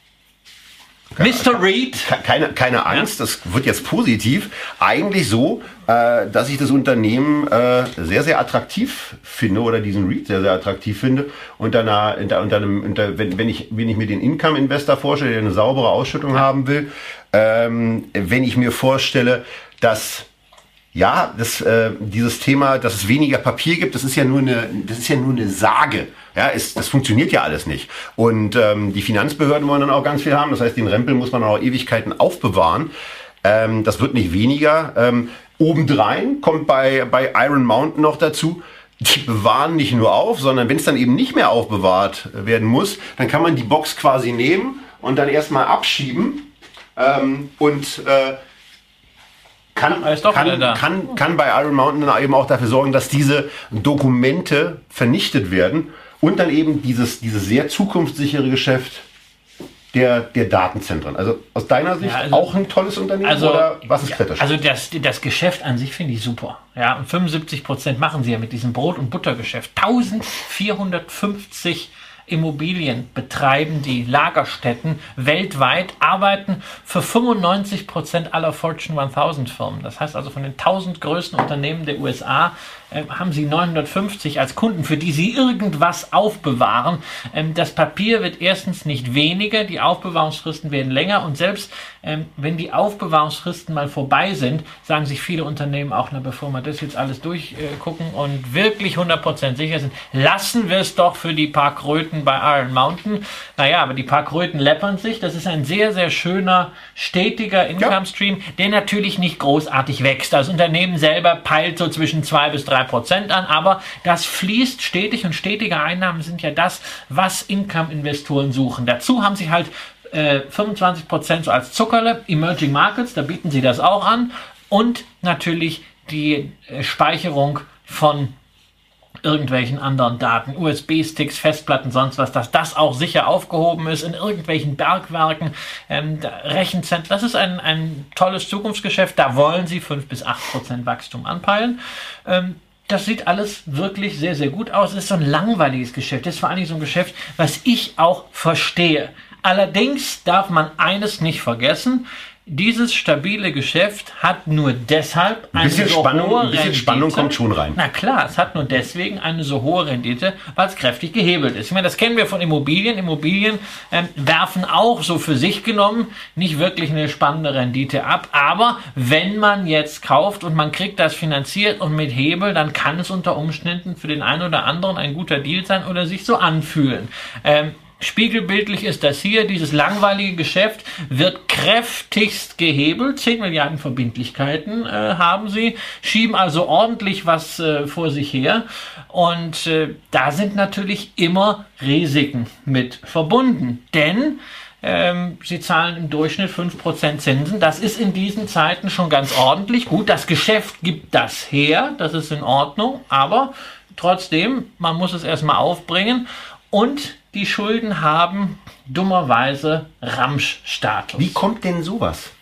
Mister Reed. Keine, keine Angst, das wird jetzt positiv. Eigentlich so, äh, dass ich das Unternehmen äh, sehr, sehr attraktiv finde oder diesen REIT sehr, sehr attraktiv finde. Unter einer, unter, unter einem, unter, wenn, wenn, ich, wenn ich mir den Income-Investor vorstelle, der eine saubere Ausschüttung haben will, ähm, wenn ich mir vorstelle, dass ja, das, äh, dieses Thema, dass es weniger Papier gibt, das ist ja nur eine, das ist ja nur eine Sage. Ja, ist, das funktioniert ja alles nicht. Und ähm, die Finanzbehörden wollen dann auch ganz viel haben. Das heißt, den Rempel muss man auch Ewigkeiten aufbewahren. Ähm, das wird nicht weniger. Ähm, obendrein kommt bei, bei Iron Mountain noch dazu, die bewahren nicht nur auf, sondern wenn es dann eben nicht mehr aufbewahrt werden muss, dann kann man die Box quasi nehmen und dann erstmal abschieben ähm, und äh, Kann, kann, kann, kann bei Iron Mountain dann eben auch dafür sorgen, dass diese Dokumente vernichtet werden und dann eben dieses, dieses sehr zukunftssichere Geschäft der, der Datenzentren. Also aus deiner Sicht Ja, also- auch ein tolles Unternehmen Also, oder was ist kritisch? Also das, das Geschäft an sich finde ich super. Ja, und fünfundsiebzig Prozent machen sie ja mit diesem Brot- und Buttergeschäft. eintausendvierhundertfünfzig Immobilien betreiben die Lagerstätten weltweit, arbeiten für fünfundneunzig Prozent aller Fortune tausend Firmen. Das heißt also, von den tausend größten Unternehmen der U S A äh, haben sie neunhundertfünfzig als Kunden, für die sie irgendwas aufbewahren. Ähm, das Papier wird erstens nicht weniger, die Aufbewahrungsfristen werden länger und selbst ähm, wenn die Aufbewahrungsfristen mal vorbei sind, sagen sich viele Unternehmen auch, na, bevor wir das jetzt alles durchgucken äh, und wirklich hundert Prozent sicher sind, lassen wir es doch für die paar Kröten bei Iron Mountain. Naja, aber die paar Kröten läppern sich. Das ist ein sehr, sehr schöner, stetiger Income-Stream, ja, der natürlich nicht großartig wächst. Das Unternehmen selber peilt so zwischen zwei bis drei Prozent an, aber das fließt stetig und stetige Einnahmen sind ja das, was Income-Investoren suchen. Dazu haben sie halt äh, fünfundzwanzig Prozent so als Zuckerle, Emerging Markets, da bieten sie das auch an und natürlich die äh, Speicherung von irgendwelchen anderen Daten, U S B-Sticks, Festplatten, sonst was, dass das auch sicher aufgehoben ist in irgendwelchen Bergwerken, ähm, Rechenzentren. Das ist ein, ein tolles Zukunftsgeschäft. Da wollen sie fünf bis acht Prozent Wachstum anpeilen. Ähm, das sieht alles wirklich sehr, sehr gut aus. Es ist so ein langweiliges Geschäft. Das ist vor allem so ein Geschäft, was ich auch verstehe. Allerdings darf man eines nicht vergessen: Dieses stabile Geschäft hat nur deshalb eine Ein bisschen, so Spannung, hohe ein bisschen Rendite. Spannung kommt schon rein. Na klar, es hat nur deswegen eine so hohe Rendite, weil es kräftig gehebelt ist. Ich meine, das kennen wir von Immobilien. Immobilien ähm, werfen auch so für sich genommen nicht wirklich eine spannende Rendite ab. Aber wenn man jetzt kauft und man kriegt das finanziert und mit Hebel, dann kann es unter Umständen für den einen oder anderen ein guter Deal sein oder sich so anfühlen. Ähm, Spiegelbildlich ist das hier, dieses langweilige Geschäft wird kräftigst gehebelt, zehn Milliarden Verbindlichkeiten äh, haben sie, schieben also ordentlich was äh, vor sich her und äh, da sind natürlich immer Risiken mit verbunden, denn ähm, sie zahlen im Durchschnitt fünf Prozent Zinsen, das ist in diesen Zeiten schon ganz ordentlich, gut, das Geschäft gibt das her, das ist in Ordnung, aber trotzdem, man muss es erstmal aufbringen und die Schulden haben dummerweise Ramsch-Status. Wie kommt denn sowas?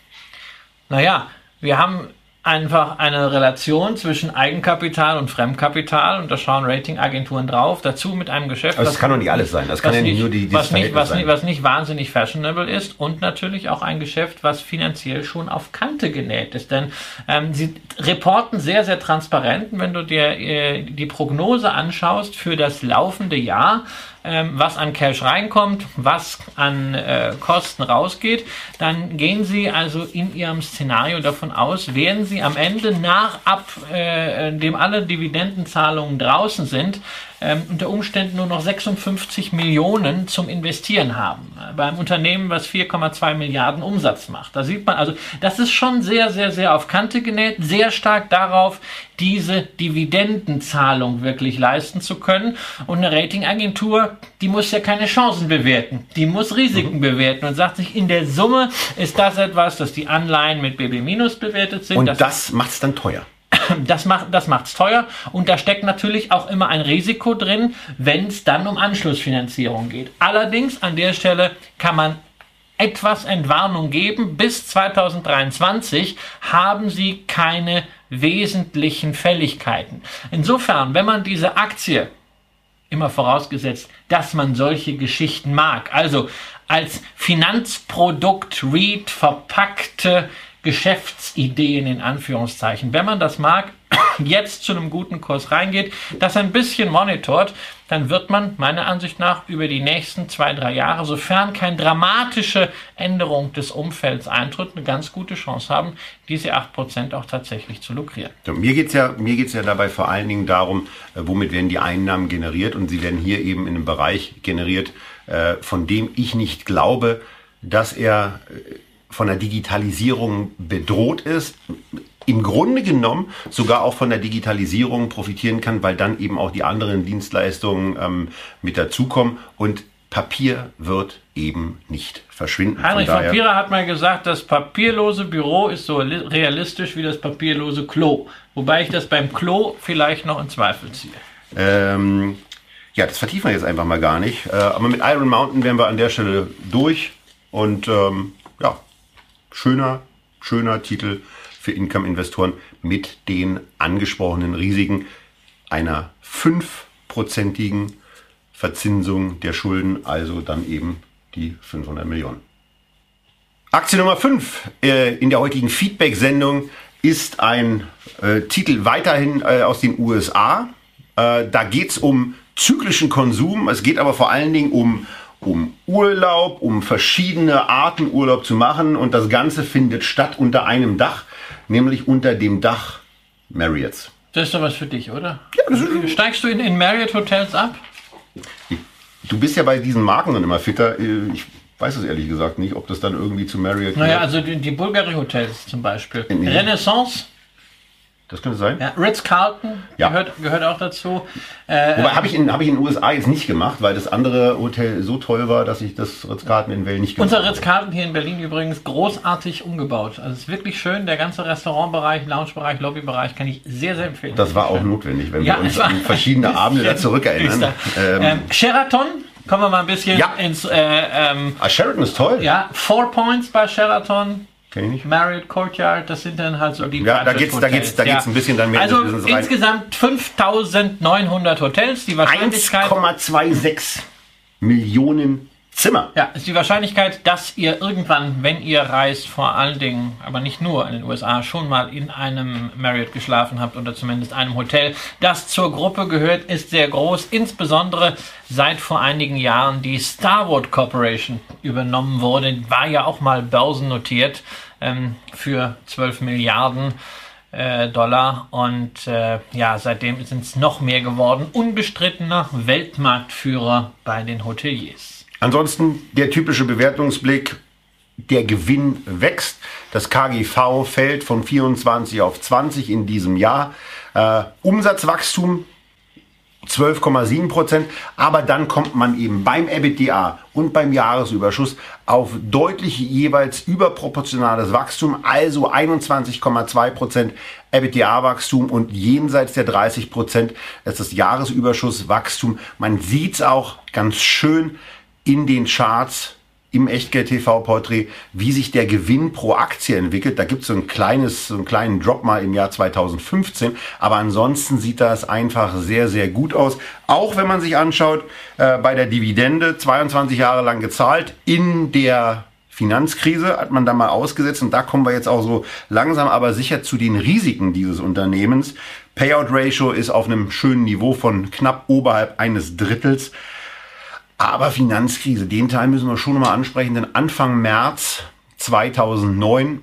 Naja, wir haben einfach eine Relation zwischen Eigenkapital und Fremdkapital und da schauen Ratingagenturen drauf. Dazu mit einem Geschäft, Aber das kann doch nicht alles sein. Das kann ja nicht nur die, dieses was nicht, was, sein. nicht, was nicht wahnsinnig fashionable ist und natürlich auch ein Geschäft, was finanziell schon auf Kante genäht ist. Denn ähm, sie reporten sehr, sehr transparent. Wenn du dir äh, die Prognose anschaust für das laufende Jahr, ähm, was an Cash reinkommt, was an äh, Kosten rausgeht, dann gehen sie also in ihrem Szenario davon aus, werden sie am Ende nach ab, äh, dem alle Dividendenzahlungen draußen sind, ähm, unter Umständen nur noch sechsundfünfzig Millionen zum Investieren haben. Beim Unternehmen, was vier Komma zwei Milliarden Umsatz macht. Da sieht man also, das ist schon sehr, sehr, sehr auf Kante genäht, sehr stark darauf, diese Dividendenzahlung wirklich leisten zu können. Und eine Ratingagentur, die muss ja keine Chancen bewerten, die muss Risiken mhm. bewerten und sagt sich, in der Summe ist das etwas, dass die Anleihen mit B B minus bewertet sind. Und das, das macht es dann teuer. Das macht das macht's teuer und da steckt natürlich auch immer ein Risiko drin, wenn es dann um Anschlussfinanzierung geht. Allerdings an der Stelle kann man etwas Entwarnung geben. Bis zweitausenddreiundzwanzig haben sie keine wesentlichen Fälligkeiten. Insofern, wenn man diese Aktie, immer vorausgesetzt, dass man solche Geschichten mag, also als Finanzprodukt, REIT, verpackte Geschäftsideen in Anführungszeichen. Wenn man das mag, jetzt zu einem guten Kurs reingeht, das ein bisschen monitort, dann wird man meiner Ansicht nach über die nächsten zwei, drei Jahre, sofern keine dramatische Änderung des Umfelds eintritt, eine ganz gute Chance haben, diese acht Prozent auch tatsächlich zu lukrieren. So, mir geht es ja, mir geht's ja dabei vor allen Dingen darum, äh, womit werden die Einnahmen generiert und sie werden hier eben in einem Bereich generiert, äh, von dem ich nicht glaube, dass er äh, von der Digitalisierung bedroht ist, im Grunde genommen sogar auch von der Digitalisierung profitieren kann, weil dann eben auch die anderen Dienstleistungen ähm, mit dazukommen und Papier wird eben nicht verschwinden. Heinrich von von Pierer hat mal gesagt, das papierlose Büro ist so realistisch wie das papierlose Klo, wobei ich das beim Klo vielleicht noch in Zweifel ziehe. Ähm, ja, das vertiefen wir jetzt einfach mal gar nicht, äh, aber mit Iron Mountain wären wir an der Stelle durch. Und ähm, ja, schöner, schöner Titel für Income-Investoren mit den angesprochenen Risiken einer fünfprozentigen Verzinsung der Schulden, also dann eben die fünfhundert Millionen. Aktie Nummer fünf äh, in der heutigen Feedback-Sendung ist ein äh, Titel weiterhin äh, aus den U S A. Äh, da geht es um zyklischen Konsum, es geht aber vor allen Dingen um, um Urlaub, um verschiedene Arten Urlaub zu machen und das Ganze findet statt unter einem Dach, nämlich unter dem Dach Marriott's. Das ist doch was für dich, oder? Ja, das ist Steigst du in, in Marriott Hotels ab? Du bist ja bei diesen Marken dann immer fitter. Ich weiß es ehrlich gesagt nicht, ob das dann irgendwie zu Marriott Naja, gehört. also die, die Bulgari Hotels zum Beispiel. In- Renaissance, Das könnte sein. ja, Ritz-Carlton Ja. gehört, gehört auch dazu. Äh, Wobei habe ich, in- hab ich in den U S A jetzt nicht gemacht, weil das andere Hotel so toll war, dass ich das Ritz-Carlton in Well nicht gemacht Unser habe. Ritz-Carlton hier in Berlin übrigens großartig umgebaut. Also es ist wirklich schön. Der ganze Restaurantbereich, Loungebereich, Lobbybereich kann ich sehr, sehr empfehlen. Das war auch notwendig, wenn Ja, wir uns es war- an verschiedene Abende da zurückerinnern. ähm, Ähm, Sheraton, kommen wir mal ein bisschen Ja. ins... Äh, ähm, ah, Sheraton ist toll. ja, Four Points bei Sheraton. Kenn ich nicht. Marriott Courtyard, das sind dann halt so die Ja, da geht's- da Hotels, geht's- da geht's ein bisschen dann mehr in Also das Business rein. insgesamt fünftausendneunhundert Hotels. Die Wahrscheinlichkeit, eins Komma sechsundzwanzig Millionen Zimmer. ja, ist die Wahrscheinlichkeit, dass ihr irgendwann, wenn ihr reist, vor allen Dingen, aber nicht nur in den U S A, schon mal in einem Marriott geschlafen habt oder zumindest einem Hotel, das zur Gruppe gehört, ist sehr groß. Insbesondere seit vor einigen Jahren die Starwood Corporation übernommen wurde, war ja auch mal börsennotiert ähm, für zwölf Milliarden äh, Dollar und äh, ja, seitdem sind es noch mehr geworden. Unbestrittener Weltmarktführer bei den Hoteliers. Ansonsten der typische Bewertungsblick, der Gewinn wächst. Das K G V fällt von vierundzwanzig auf zwanzig in diesem Jahr. Äh, Umsatzwachstum zwölf Komma sieben Prozent, aber dann kommt man eben beim EBITDA und beim Jahresüberschuss auf deutlich jeweils überproportionales Wachstum, also einundzwanzig Komma zwei Prozent EBITDA-Wachstum und jenseits der dreißig Prozent ist das Jahresüberschusswachstum. Man sieht es auch ganz schön in den Charts im Echtgeld-T V-Porträt, wie sich der Gewinn pro Aktie entwickelt. Da gibt es so ein kleines, so einen kleinen Drop mal im Jahr zweitausendfünfzehn, aber ansonsten sieht das einfach sehr, sehr gut aus. Auch wenn man sich anschaut, äh, bei der Dividende, zweiundzwanzig Jahre lang gezahlt, in der Finanzkrise hat man da mal ausgesetzt und da kommen wir jetzt auch so langsam aber sicher zu den Risiken dieses Unternehmens. Payout Ratio ist auf einem schönen Niveau von knapp oberhalb eines Drittels. Aber Finanzkrise, den Teil müssen wir schon mal ansprechen, denn Anfang März zweitausendneun,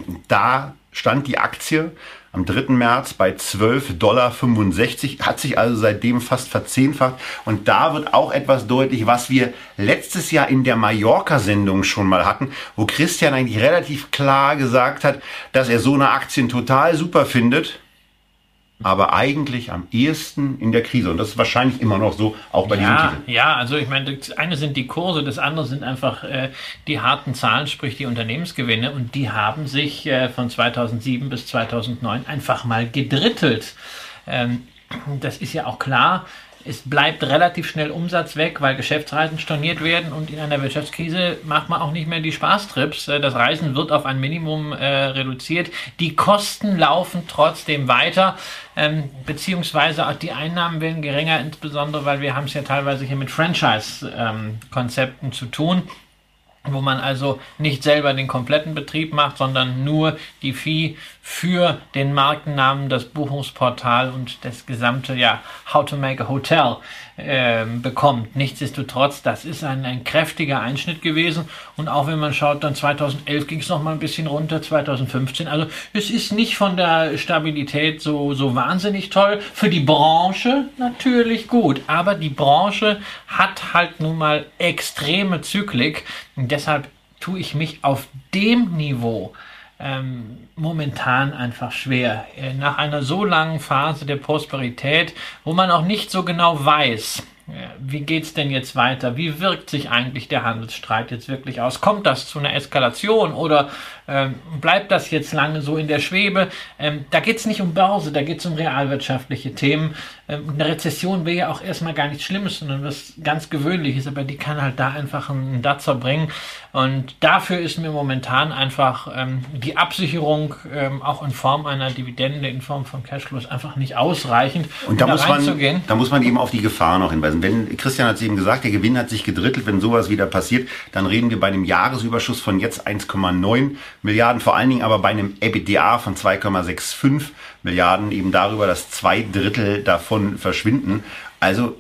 da stand die Aktie am dritten März bei zwölf Komma fünfundsechzig Dollar, hat sich also seitdem fast verzehnfacht. Und da wird auch etwas deutlich, was wir letztes Jahr in der Mallorca-Sendung schon mal hatten, wo Christian eigentlich relativ klar gesagt hat, dass er so eine Aktien total super findet, aber eigentlich am ehesten in der Krise. Und das ist wahrscheinlich immer noch so, auch bei diesem Ja, Titel. ja, also ich meine, das eine sind die Kurse, das andere sind einfach äh, die harten Zahlen, sprich die Unternehmensgewinne. Und die haben sich äh, von zweitausendsieben bis zweitausendneun einfach mal gedrittelt. Ähm, das ist ja auch klar. Es bleibt relativ schnell Umsatz weg, weil Geschäftsreisen storniert werden und in einer Wirtschaftskrise macht man auch nicht mehr die Spaßtrips. Das Reisen wird auf ein Minimum äh, reduziert. Die Kosten laufen trotzdem weiter, ähm, beziehungsweise auch die Einnahmen werden geringer, insbesondere weil wir haben es ja teilweise hier mit Franchise-Konzepten ähm, zu tun, wo man also nicht selber den kompletten Betrieb macht, sondern nur die Fee für den Markennamen, das Buchungsportal und das gesamte, ja, How to Make a Hotel äh, bekommt. Nichtsdestotrotz, das ist ein, ein kräftiger Einschnitt gewesen und auch wenn man schaut, dann zweitausendelf ging es noch mal ein bisschen runter, zweitausendfünfzehn, also es ist nicht von der Stabilität so, so wahnsinnig toll. Für die Branche natürlich gut, aber die Branche hat halt nun mal extreme Zyklik und deshalb tue ich mich auf dem Niveau ähm, momentan einfach schwer. Nach einer so langen Phase der Prosperität, wo man auch nicht so genau weiß, wie geht's denn jetzt weiter? Wie wirkt sich eigentlich der Handelsstreit jetzt wirklich aus? Kommt das zu einer Eskalation oder ähm, bleibt das jetzt lange so in der Schwebe? Ähm, da geht's nicht um Börse, da geht's um realwirtschaftliche Themen. Ähm, eine Rezession wäre ja auch erstmal gar nichts Schlimmes, sondern was ganz Gewöhnliches, aber die kann halt da einfach einen Datzer bringen. Und dafür ist mir momentan einfach ähm, die Absicherung ähm, auch in Form einer Dividende, in Form von Cashflows einfach nicht ausreichend, um und da, da muss man, da muss man eben auf die Gefahr noch hinweisen. Wenn, Christian hat es eben gesagt, der Gewinn hat sich gedrittelt. Wenn sowas wieder passiert, dann reden wir bei einem Jahresüberschuss von jetzt eins Komma neun Milliarden, vor allen Dingen aber bei einem EBITDA von zwei Komma fünfundsechzig Milliarden, eben darüber, dass zwei Drittel davon verschwinden. Also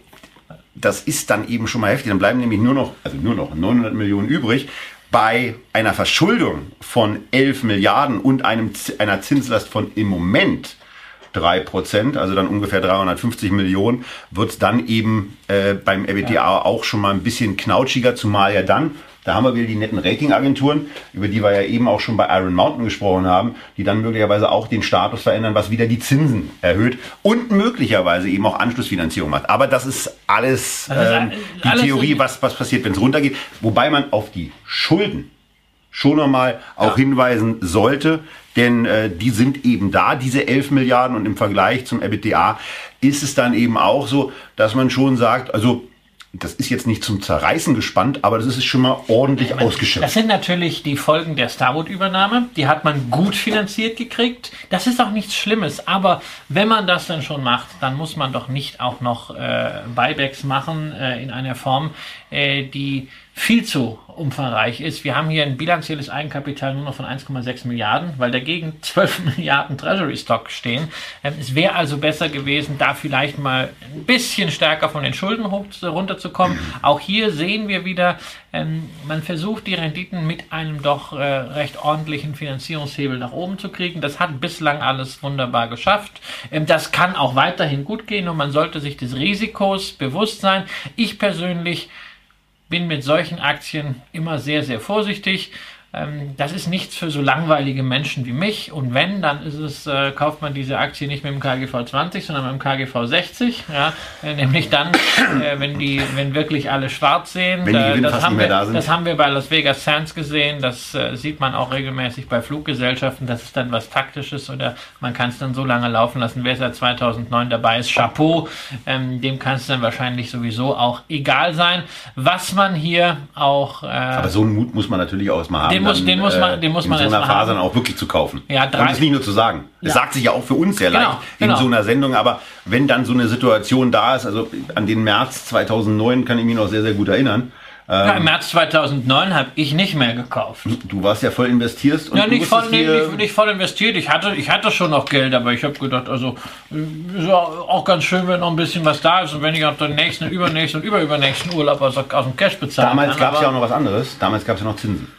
das ist dann eben schon mal heftig. Dann bleiben nämlich nur noch, also nur noch neunhundert Millionen übrig. Bei einer Verschuldung von elf Milliarden und einem, einer Zinslast von im Moment drei Prozent, also dann ungefähr dreihundertfünfzig Millionen, wird es dann eben äh, beim EBITDA ja. auch schon mal ein bisschen knautschiger, zumal ja dann, da haben wir wieder die netten Ratingagenturen, über die wir ja eben auch schon bei Iron Mountain gesprochen haben, die dann möglicherweise auch den Status verändern, was wieder die Zinsen erhöht und möglicherweise eben auch Anschlussfinanzierung macht. Aber das ist alles, ähm, die alles Theorie, was, was passiert, wenn es runtergeht. Wobei man auf die Schulden schon nochmal auch ja. hinweisen sollte, denn äh, die sind eben da, diese elf Milliarden, und im Vergleich zum EBITDA ist es dann eben auch so, dass man schon sagt, also das ist jetzt nicht zum Zerreißen gespannt, aber das ist schon mal ordentlich man, ausgeschöpft. Das sind natürlich die Folgen der Starwood-Übernahme. Die hat man gut finanziert gekriegt. Das ist auch nichts Schlimmes. Aber wenn man das dann schon macht, dann muss man doch nicht auch noch äh, Buybacks machen äh, in einer Form, äh, die viel zu umfangreich ist. Wir haben hier ein bilanzielles Eigenkapital nur noch von eins Komma sechs Milliarden, weil dagegen zwölf Milliarden Treasury Stock stehen. Ähm, es wäre also besser gewesen, da vielleicht mal ein bisschen stärker von den Schulden hoch, runterzukommen. Auch hier sehen wir wieder, ähm, man versucht die Renditen mit einem doch äh, recht ordentlichen Finanzierungshebel nach oben zu kriegen. Das hat bislang alles wunderbar geschafft. Ähm, das kann auch weiterhin gut gehen und man sollte sich des Risikos bewusst sein. Ich persönlich bin mit solchen Aktien immer sehr, sehr vorsichtig. Das ist nichts für so langweilige Menschen wie mich. Und wenn, dann ist es, äh, kauft man diese Aktie nicht mit dem K G V zwanzig, sondern mit dem K G V sechzig. Ja, äh, nämlich dann, äh, wenn die, wenn wirklich alle schwarz sehen. Wenn die äh, das, fast haben nicht mehr wir, da sind. das haben wir bei Las Vegas Sands gesehen. Das äh, sieht man auch regelmäßig bei Fluggesellschaften. Das ist dann was Taktisches oder man kann es dann so lange laufen lassen. Wer seit zweitausendneun dabei ist, Chapeau. Ähm, dem kann es dann wahrscheinlich sowieso auch egal sein. Was man hier auch... Äh, Aber so einen Mut muss man natürlich auch mal haben. Den muss, den muss man, den muss in man so einer erst mal Phase haben. dann auch wirklich zu kaufen. Ja, drei, und das nicht nur zu sagen. Das ja. sagt sich ja auch für uns sehr genau, leicht in genau. so einer Sendung, aber wenn dann so eine Situation da ist, also an den März zweitausendneun kann ich mich noch sehr, sehr gut erinnern. Ja, im März zweitausendneun habe ich nicht mehr gekauft. Du warst ja voll investiert. Und ja, nicht voll, nee, hier nicht, nicht voll investiert. Ich hatte, ich hatte schon noch Geld, aber ich habe gedacht, also ist ja auch ganz schön, wenn noch ein bisschen was da ist und wenn ich auch den nächsten, übernächsten und überübernächsten Urlaub aus, aus dem Cash bezahlen Damals kann. gab es ja auch noch was anderes. Damals gab es ja noch Zinsen.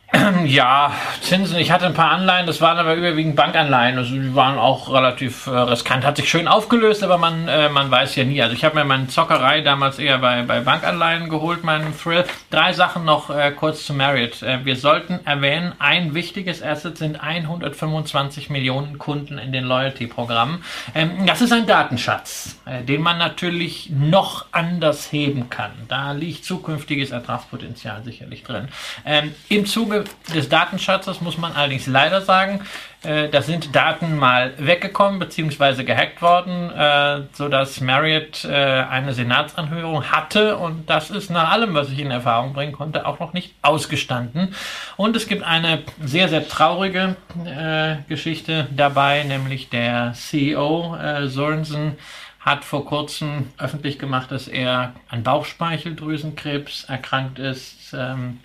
Ja, Zinsen. Ich hatte ein paar Anleihen, das waren aber überwiegend Bankanleihen. Also die waren auch relativ äh, riskant. Hat sich schön aufgelöst, aber man, äh, man weiß ja nie. Also ich habe mir meine Zockerei damals eher bei, bei Bankanleihen geholt, meinen Thrill. Drei Sachen noch äh, kurz zu Marriott. Äh, wir sollten erwähnen, ein wichtiges Asset sind hundertfünfundzwanzig Millionen Kunden in den Loyalty-Programmen. Ähm, das ist ein Datenschatz, äh, den man natürlich noch anders heben kann. Da liegt zukünftiges Ertragspotenzial sicherlich drin. Ähm, Im Zuge des Datenschatzes muss man allerdings leider sagen, äh, da sind Daten mal weggekommen bzw. gehackt worden, äh, sodass Marriott äh, eine Senatsanhörung hatte und das ist nach allem, was ich in Erfahrung bringen konnte, auch noch nicht ausgestanden. Und es gibt eine sehr, sehr traurige äh, Geschichte dabei, nämlich der C E O äh, Sorensen hat vor kurzem öffentlich gemacht, dass er an Bauchspeicheldrüsenkrebs erkrankt ist. Ähm,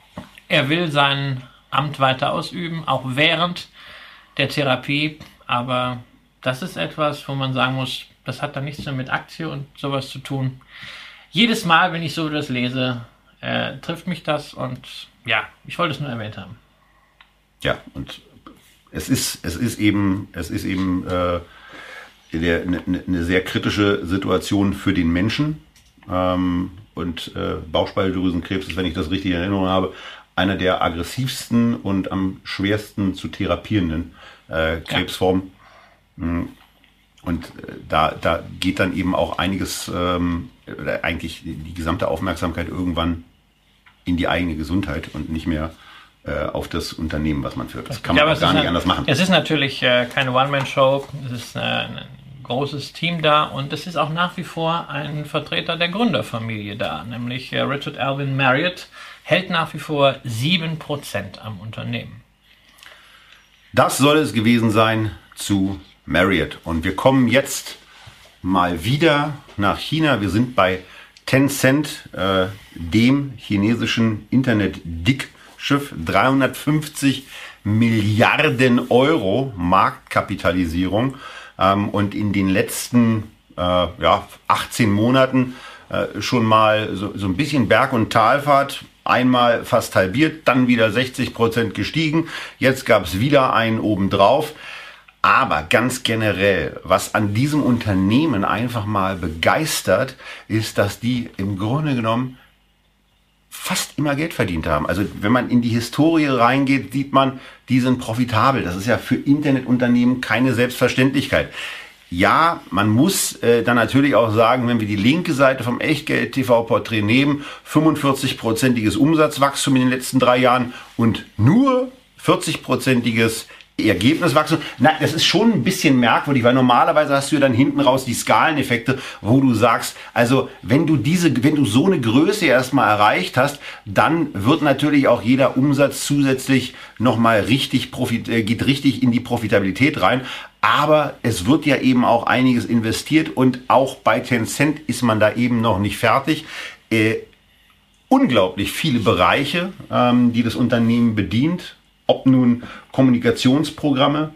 Er will sein Amt weiter ausüben, auch während der Therapie. Aber das ist etwas, wo man sagen muss, das hat dann nichts mehr mit Aktie und sowas zu tun. Jedes Mal, wenn ich so das lese, äh, trifft mich das. Und ja, ich wollte es nur erwähnt haben. Ja, und es ist, es ist eben, es ist eben äh, der, eine, eine sehr kritische Situation für den Menschen. Ähm, und äh, Bauchspeicheldrüsenkrebs ist, wenn ich das richtig in Erinnerung habe, einer der aggressivsten und am schwersten zu therapierenden äh, Krebsformen. Ja. und äh, da, da geht dann eben auch einiges, ähm, oder eigentlich die gesamte Aufmerksamkeit irgendwann in die eigene Gesundheit und nicht mehr äh, auf das Unternehmen, was man führt. Das kann man ja, auch gar nicht ein, anders machen. Es ist natürlich äh, keine One-Man-Show, es ist äh, ein großes Team da und es ist auch nach wie vor ein Vertreter der Gründerfamilie da, nämlich äh, Richard Alvin Marriott hält nach wie vor sieben Prozent am Unternehmen. Das soll es gewesen sein zu Marriott. Und wir kommen jetzt mal wieder nach China. Wir sind bei Tencent, äh, dem chinesischen Internet-Dickschiff. dreihundertfünfzig Milliarden Euro Marktkapitalisierung. Ähm, und in den letzten äh, ja, achtzehn Monaten äh, schon mal so, so ein bisschen Berg- und Talfahrt. Einmal fast halbiert, dann wieder sechzig Prozent gestiegen. Jetzt gab es wieder einen obendrauf. Aber ganz generell, was an diesem Unternehmen einfach mal begeistert, ist, dass die im Grunde genommen fast immer Geld verdient haben. Also wenn man in die Historie reingeht, sieht man, die sind profitabel. Das ist ja für Internetunternehmen keine Selbstverständlichkeit. Ja, man muss äh, dann natürlich auch sagen, wenn wir die linke Seite vom Echtgeld-T V-Porträt nehmen, fünfundvierzig-prozentiges Umsatzwachstum in den letzten drei Jahren und nur vierzig-prozentiges Ergebniswachstum. Na, das ist schon ein bisschen merkwürdig, weil normalerweise hast du ja dann hinten raus die Skaleneffekte, wo du sagst, also wenn du diese, wenn du so eine Größe erstmal erreicht hast, dann wird natürlich auch jeder Umsatz zusätzlich nochmal richtig profit, äh, geht richtig in die Profitabilität rein. Aber es wird ja eben auch einiges investiert und auch bei Tencent ist man da eben noch nicht fertig. Äh, unglaublich viele Bereiche, ähm, die das Unternehmen bedient. Ob nun Kommunikationsprogramme,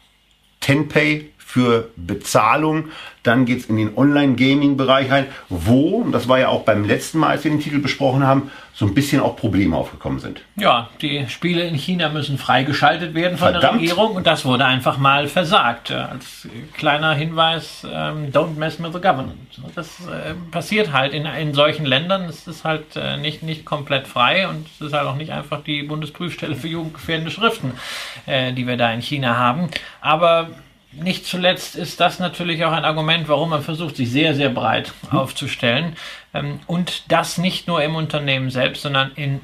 Tenpay für Bezahlung, dann geht es in den Online-Gaming-Bereich rein, wo, und das war ja auch beim letzten Mal, als wir den Titel besprochen haben, so ein bisschen auch Probleme aufgekommen sind. Ja, die Spiele in China müssen freigeschaltet werden von Verdammt. der Regierung und das wurde einfach mal versagt. Als kleiner Hinweis, ähm, don't mess with the government. Das äh, passiert halt in, in solchen Ländern. Es ist halt äh, nicht, nicht komplett frei und es ist halt auch nicht einfach die Bundesprüfstelle für jugendgefährdende Schriften, äh, die wir da in China haben. Aber nicht zuletzt ist das natürlich auch ein Argument, warum man versucht, sich sehr, sehr breit aufzustellen. Und das nicht nur im Unternehmen selbst, sondern in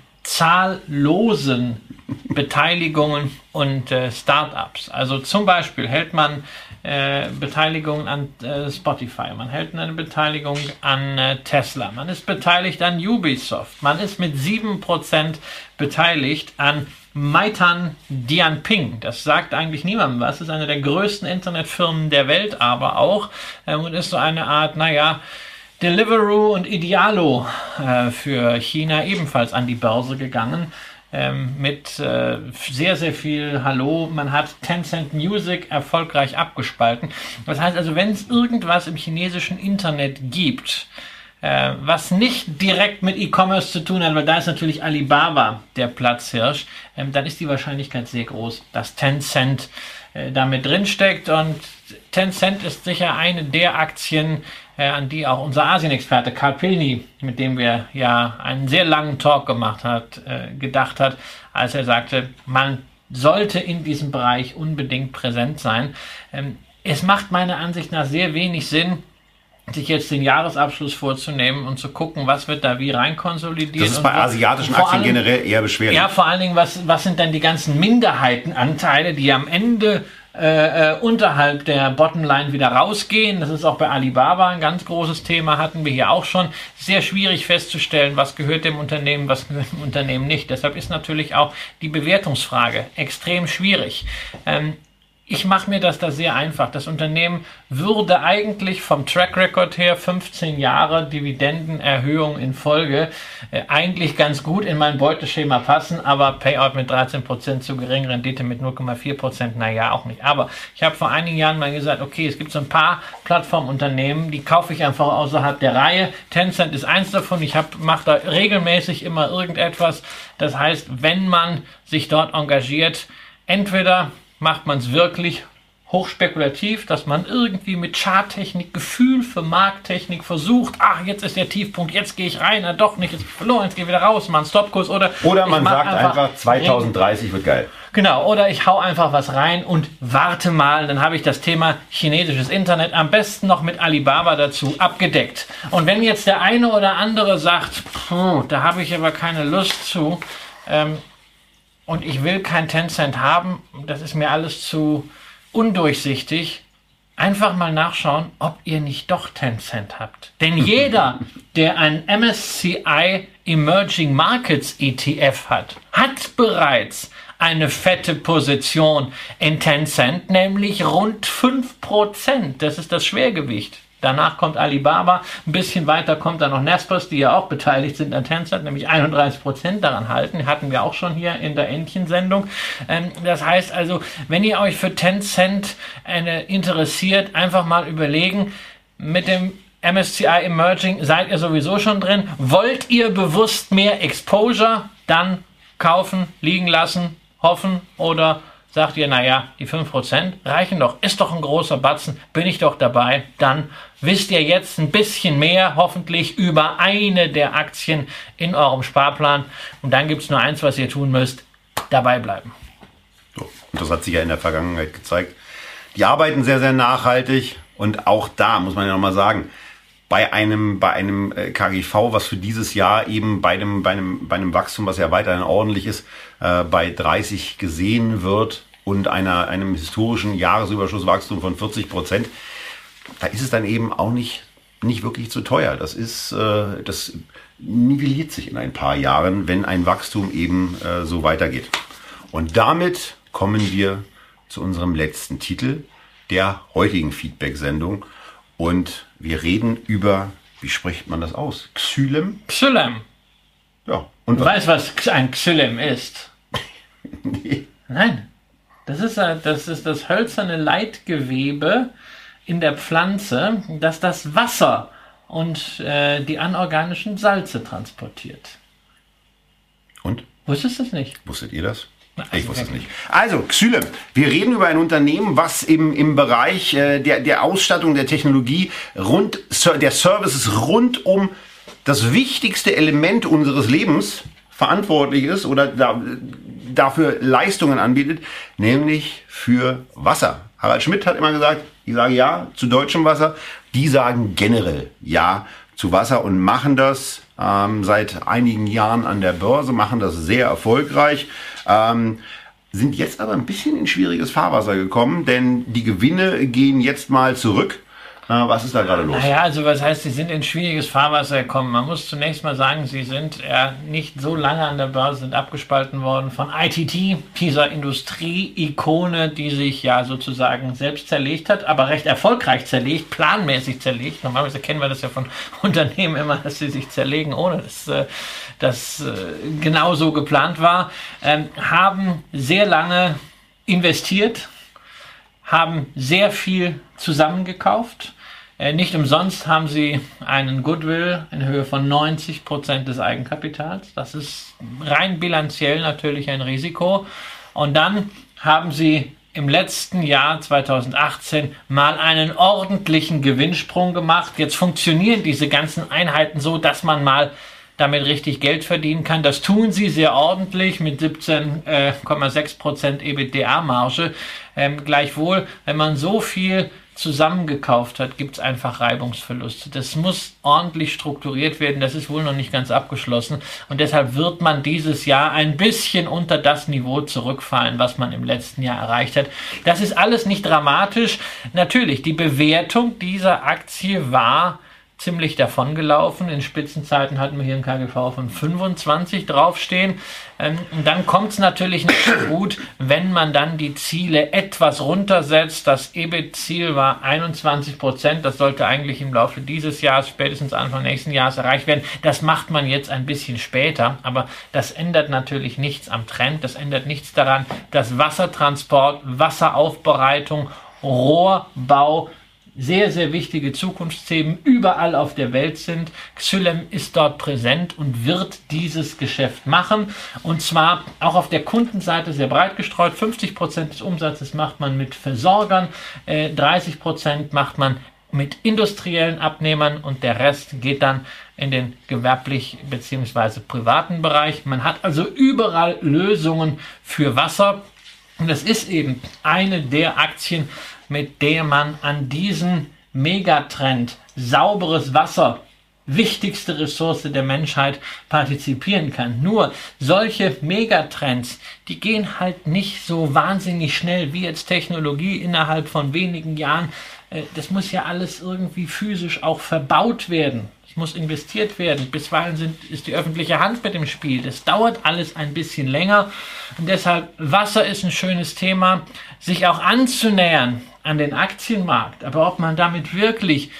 zahllosen Beteiligungen und äh, Start-ups. Also zum Beispiel hält man äh, Beteiligungen an äh, Spotify, man hält eine Beteiligung an äh, Tesla, man ist beteiligt an Ubisoft, man ist mit sieben Prozent beteiligt an Meitan Dianping. Das sagt eigentlich niemandem was. Das ist eine der größten Internetfirmen der Welt, aber auch ähm, und ist so eine Art, naja, Deliveroo und Idealo äh, für China ebenfalls an die Börse gegangen. Ähm, mit äh, sehr, sehr viel Hallo. Man hat Tencent Music erfolgreich abgespalten. Das heißt also, wenn es irgendwas im chinesischen Internet gibt, Äh, was nicht direkt mit E-Commerce zu tun hat, weil da ist natürlich Alibaba der Platzhirsch, ähm, dann ist die Wahrscheinlichkeit sehr groß, dass Tencent äh, damit drinsteckt. Und Tencent ist sicher eine der Aktien, äh, an die auch unser Asien-Experte Karl Pilny, mit dem wir ja einen sehr langen Talk gemacht hat, äh, gedacht hat, als er sagte, man sollte in diesem Bereich unbedingt präsent sein. Ähm, es macht meiner Ansicht nach sehr wenig Sinn, sich jetzt den Jahresabschluss vorzunehmen und zu gucken, was wird da wie rein konsolidiert. Das ist bei asiatischen Aktien allem, generell eher beschwerlich. Ja, vor allen Dingen, was, was sind dann die ganzen Minderheitenanteile, die am Ende äh, unterhalb der Bottomline wieder rausgehen. Das ist auch bei Alibaba ein ganz großes Thema, hatten wir hier auch schon. Sehr schwierig festzustellen, was gehört dem Unternehmen, was gehört dem Unternehmen nicht. Deshalb ist natürlich auch die Bewertungsfrage extrem schwierig. Ähm, Ich mache mir das da sehr einfach. Das Unternehmen würde eigentlich vom Track Record her fünfzehn Jahre Dividendenerhöhung in Folge äh, eigentlich ganz gut in mein Beuteschema passen, aber Payout mit dreizehn Prozent zu gering, Rendite mit null Komma vier Prozent, naja, auch nicht. Aber ich habe vor einigen Jahren mal gesagt, okay, es gibt so ein paar Plattformunternehmen, die kaufe ich einfach außerhalb der Reihe. Tencent ist eins davon. Ich mache da regelmäßig immer irgendetwas. Das heißt, wenn man sich dort engagiert, entweder macht man es wirklich hochspekulativ, dass man irgendwie mit Charttechnik, Gefühl für Markttechnik versucht, ach, jetzt ist der Tiefpunkt, jetzt gehe ich rein, na doch nicht, jetzt verloren, jetzt gehe ich wieder raus, mal einen Stopkurs oder... Oder man sagt einfach, einfach zwanzig dreißig wird geil. Genau, oder ich hau einfach was rein und warte mal, dann habe ich das Thema chinesisches Internet am besten noch mit Alibaba dazu abgedeckt. Und wenn jetzt der eine oder andere sagt, da habe ich aber keine Lust zu ähm, und ich will kein Tencent haben, das ist mir alles zu undurchsichtig, einfach mal nachschauen, ob ihr nicht doch Tencent habt. Denn jeder, der einen M S C I Emerging Markets E T F hat, hat bereits eine fette Position in Tencent, nämlich rund fünf Prozent. Das ist das Schwergewicht. Danach kommt Alibaba, ein bisschen weiter kommt dann noch Naspers, die ja auch beteiligt sind an Tencent, nämlich einunddreißig Prozent daran halten. Hatten wir auch schon hier in der Entchensendung. Ähm, das heißt also, wenn ihr euch für Tencent äh, interessiert, einfach mal überlegen, mit dem M S C I Emerging seid ihr sowieso schon drin. Wollt ihr bewusst mehr Exposure, dann kaufen, liegen lassen, hoffen oder sagt ihr, naja, die fünf Prozent reichen doch, ist doch ein großer Batzen, bin ich doch dabei, dann wisst ihr jetzt ein bisschen mehr, hoffentlich über eine der Aktien in eurem Sparplan und dann gibt es nur eins, was ihr tun müsst, dabei bleiben. So, und das hat sich ja in der Vergangenheit gezeigt. Die arbeiten sehr, sehr nachhaltig und auch da muss man ja nochmal sagen, bei einem, bei einem K G V, was für dieses Jahr eben bei einem, bei einem, bei einem Wachstum, was ja weiterhin ordentlich ist, äh, bei dreißig gesehen wird und einer, einem historischen Jahresüberschusswachstum von vierzig Prozent, da ist es dann eben auch nicht, nicht wirklich zu teuer. Das ist, äh, das nivelliert sich in ein paar Jahren, wenn ein Wachstum eben äh, so weitergeht. Und damit kommen wir zu unserem letzten Titel der heutigen Feedback-Sendung. Und wir reden über, wie spricht man das aus? Xylem? Xylem. Ja. Und du weißt, was ein Xylem ist? Nee. Nein. Das ist, das ist das hölzerne Leitgewebe in der Pflanze, das das Wasser und äh, die anorganischen Salze transportiert. Und? Wusstest du es nicht? Wusstet ihr das? Ich wusste es nicht. Also, Xylem. Wir reden über ein Unternehmen, was im, im Bereich äh, der, der Ausstattung, der Technologie, rund, der Services rund um das wichtigste Element unseres Lebens verantwortlich ist oder da, dafür Leistungen anbietet, nämlich für Wasser. Harald Schmidt hat immer gesagt, ich sage ja zu deutschem Wasser. Die sagen generell ja zu Wasser und machen das ähm, seit einigen Jahren an der Börse, machen das sehr erfolgreich. Ähm, sind jetzt aber ein bisschen in schwieriges Fahrwasser gekommen, denn die Gewinne gehen jetzt mal zurück. Äh, was ist da gerade los? Naja, also was heißt, sie sind in schwieriges Fahrwasser gekommen? Man muss zunächst mal sagen, sie sind ja nicht so lange an der Börse, sind abgespalten worden von I T T, dieser Industrie-Ikone, die sich ja sozusagen selbst zerlegt hat, aber recht erfolgreich zerlegt, planmäßig zerlegt. Normalerweise kennen wir das ja von Unternehmen immer, dass sie sich zerlegen, ohne dass äh, das äh, genauso geplant war. Ähm, haben sehr lange investiert, haben sehr viel zusammengekauft. Äh, nicht umsonst haben sie einen Goodwill in Höhe von neunzig Prozent des Eigenkapitals. Das ist rein bilanziell natürlich ein Risiko. Und dann haben sie im letzten Jahr zweitausendachtzehn mal einen ordentlichen Gewinnsprung gemacht. Jetzt funktionieren diese ganzen Einheiten so, dass man mal damit richtig Geld verdienen kann. Das tun sie sehr ordentlich mit siebzehn Komma sechs Prozent EBITDA-Marge. Ähm, gleichwohl, wenn man so viel zusammengekauft hat, gibt es einfach Reibungsverluste. Das muss ordentlich strukturiert werden. Das ist wohl noch nicht ganz abgeschlossen. Und deshalb wird man dieses Jahr ein bisschen unter das Niveau zurückfallen, was man im letzten Jahr erreicht hat. Das ist alles nicht dramatisch. Natürlich, die Bewertung dieser Aktie war ziemlich davongelaufen. In Spitzenzeiten hatten wir hier ein K G V von fünfundzwanzig draufstehen. Ähm, und dann kommt es natürlich nicht so gut, wenn man dann die Ziele etwas runtersetzt. Das E B I T-Ziel war einundzwanzig Prozent. Das sollte eigentlich im Laufe dieses Jahres, spätestens Anfang nächsten Jahres erreicht werden. Das macht man jetzt ein bisschen später. Aber das ändert natürlich nichts am Trend. Das ändert nichts daran, dass Wassertransport, Wasseraufbereitung, Rohrbau sehr, sehr wichtige Zukunftsthemen überall auf der Welt sind. Xylem ist dort präsent und wird dieses Geschäft machen. Und zwar auch auf der Kundenseite sehr breit gestreut. fünfzig Prozent des Umsatzes macht man mit Versorgern, äh, dreißig Prozent macht man mit industriellen Abnehmern und der Rest geht dann in den gewerblich bzw. privaten Bereich. Man hat also überall Lösungen für Wasser. Und es ist eben eine der Aktien, mit der man an diesen Megatrend sauberes Wasser, wichtigste Ressource der Menschheit, partizipieren kann. Nur solche Megatrends, die gehen halt nicht so wahnsinnig schnell wie jetzt Technologie innerhalb von wenigen Jahren. Das muss ja alles irgendwie physisch auch verbaut werden. Es muss investiert werden. Bisweilen sind, ist die öffentliche Hand mit im Spiel. Das dauert alles ein bisschen länger. Und deshalb, Wasser ist ein schönes Thema, sich auch anzunähern an den Aktienmarkt. Aber ob man damit wirklich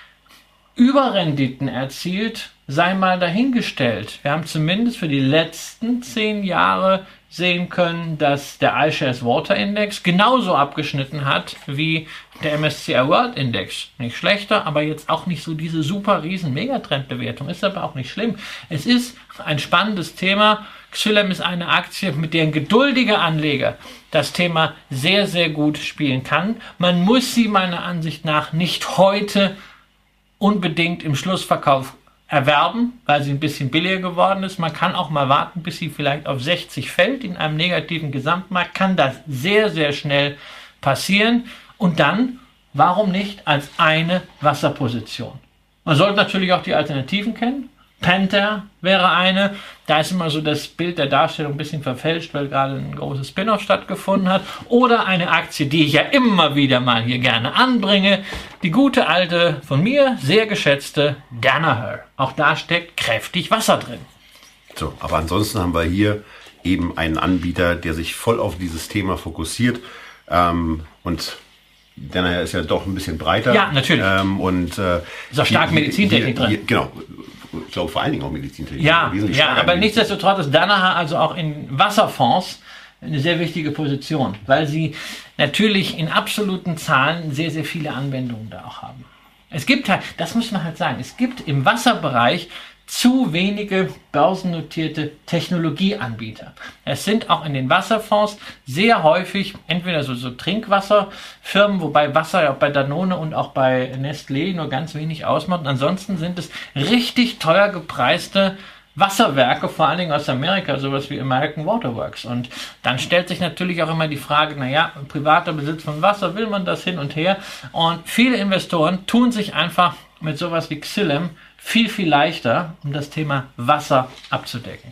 Überrenditen erzielt, sei mal dahingestellt. Wir haben zumindest für die letzten zehn Jahre sehen können, dass der iShares Water Index genauso abgeschnitten hat wie der M S C I World Index. Nicht schlechter, aber jetzt auch nicht so diese super riesen Megatrendbewertung. Ist aber auch nicht schlimm. Es ist ein spannendes Thema. Xylem ist eine Aktie, mit der ein geduldiger Anleger das Thema sehr, sehr gut spielen kann. Man muss sie meiner Ansicht nach nicht heute unbedingt im Schlussverkauf erwerben, weil sie ein bisschen billiger geworden ist. Man kann auch mal warten, bis sie vielleicht auf sechzig fällt. In einem negativen Gesamtmarkt kann das sehr, sehr schnell passieren. Und dann, warum nicht als eine Wasserposition? Man sollte natürlich auch die Alternativen kennen. Panther wäre eine. Da ist immer so das Bild der Darstellung ein bisschen verfälscht, weil gerade ein großes Spin-off stattgefunden hat. Oder eine Aktie, die ich ja immer wieder mal hier gerne anbringe. Die gute alte, von mir sehr geschätzte Danaher. Auch da steckt kräftig Wasser drin. So, aber ansonsten haben wir hier eben einen Anbieter, der sich voll auf dieses Thema fokussiert. Ähm, und Danaher ist ja doch ein bisschen breiter. Ja, natürlich. Ähm, und äh, ist auch stark Medizintechnik drin. Hier, genau. Ich glaube vor allen Dingen auch Medizintechnik. Ja, ja, aber nichtsdestotrotz ist Danaher also auch in Wasserfonds eine sehr wichtige Position, weil sie natürlich in absoluten Zahlen sehr, sehr viele Anwendungen da auch haben. Es gibt halt, das muss man halt sagen, es gibt im Wasserbereich zu wenige börsennotierte Technologieanbieter. Es sind auch in den Wasserfonds sehr häufig entweder so, so Trinkwasserfirmen, wobei Wasser ja auch bei Danone und auch bei Nestlé nur ganz wenig ausmacht. Und ansonsten sind es richtig teuer gepreiste Wasserwerke, vor allen Dingen aus Amerika, sowas wie American Water Works. Und dann stellt sich natürlich auch immer die Frage, naja, privater Besitz von Wasser, will man das hin und her? Und viele Investoren tun sich einfach mit sowas wie Xylem viel, viel leichter, um das Thema Wasser abzudecken.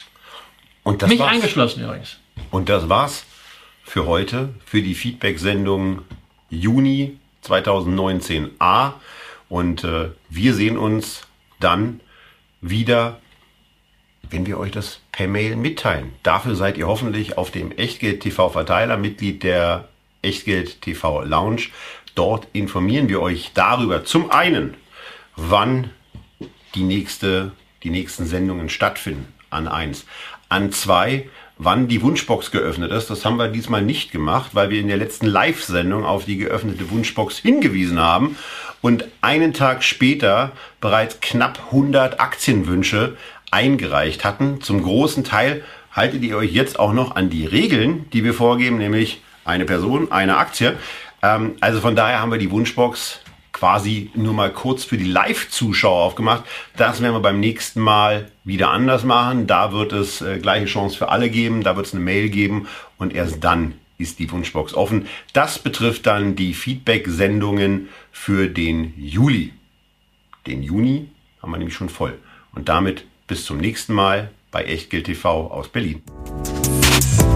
Und das Mich war's. eingeschlossen übrigens. Und das war's für heute, für die Feedback-Sendung Juni zwanzig neunzehn A. Und äh, wir sehen uns dann wieder, wenn wir euch das per Mail mitteilen. Dafür seid ihr hoffentlich auf dem Echtgeld-T V-Verteiler, Mitglied der Echtgeld-T V-Lounge. Dort informieren wir euch darüber, zum einen, wann die, nächste, die nächsten Sendungen stattfinden, an eins. An zwei, wann die Wunschbox geöffnet ist. Das haben wir diesmal nicht gemacht, weil wir in der letzten Live-Sendung auf die geöffnete Wunschbox hingewiesen haben und einen Tag später bereits knapp hundert Aktienwünsche eingereicht hatten. Zum großen Teil haltet ihr euch jetzt auch noch an die Regeln, die wir vorgeben, nämlich eine Person, eine Aktie. Ähm, also von daher haben wir die Wunschbox quasi nur mal kurz für die Live-Zuschauer aufgemacht. Das werden wir beim nächsten Mal wieder anders machen. Da wird es äh, gleiche Chance für alle geben. Da wird es eine Mail geben und erst dann ist die Wunschbox offen. Das betrifft dann die Feedback-Sendungen für den Juli. Den Juni haben wir nämlich schon voll. Und damit bis zum nächsten Mal bei Echtgeld T V aus Berlin.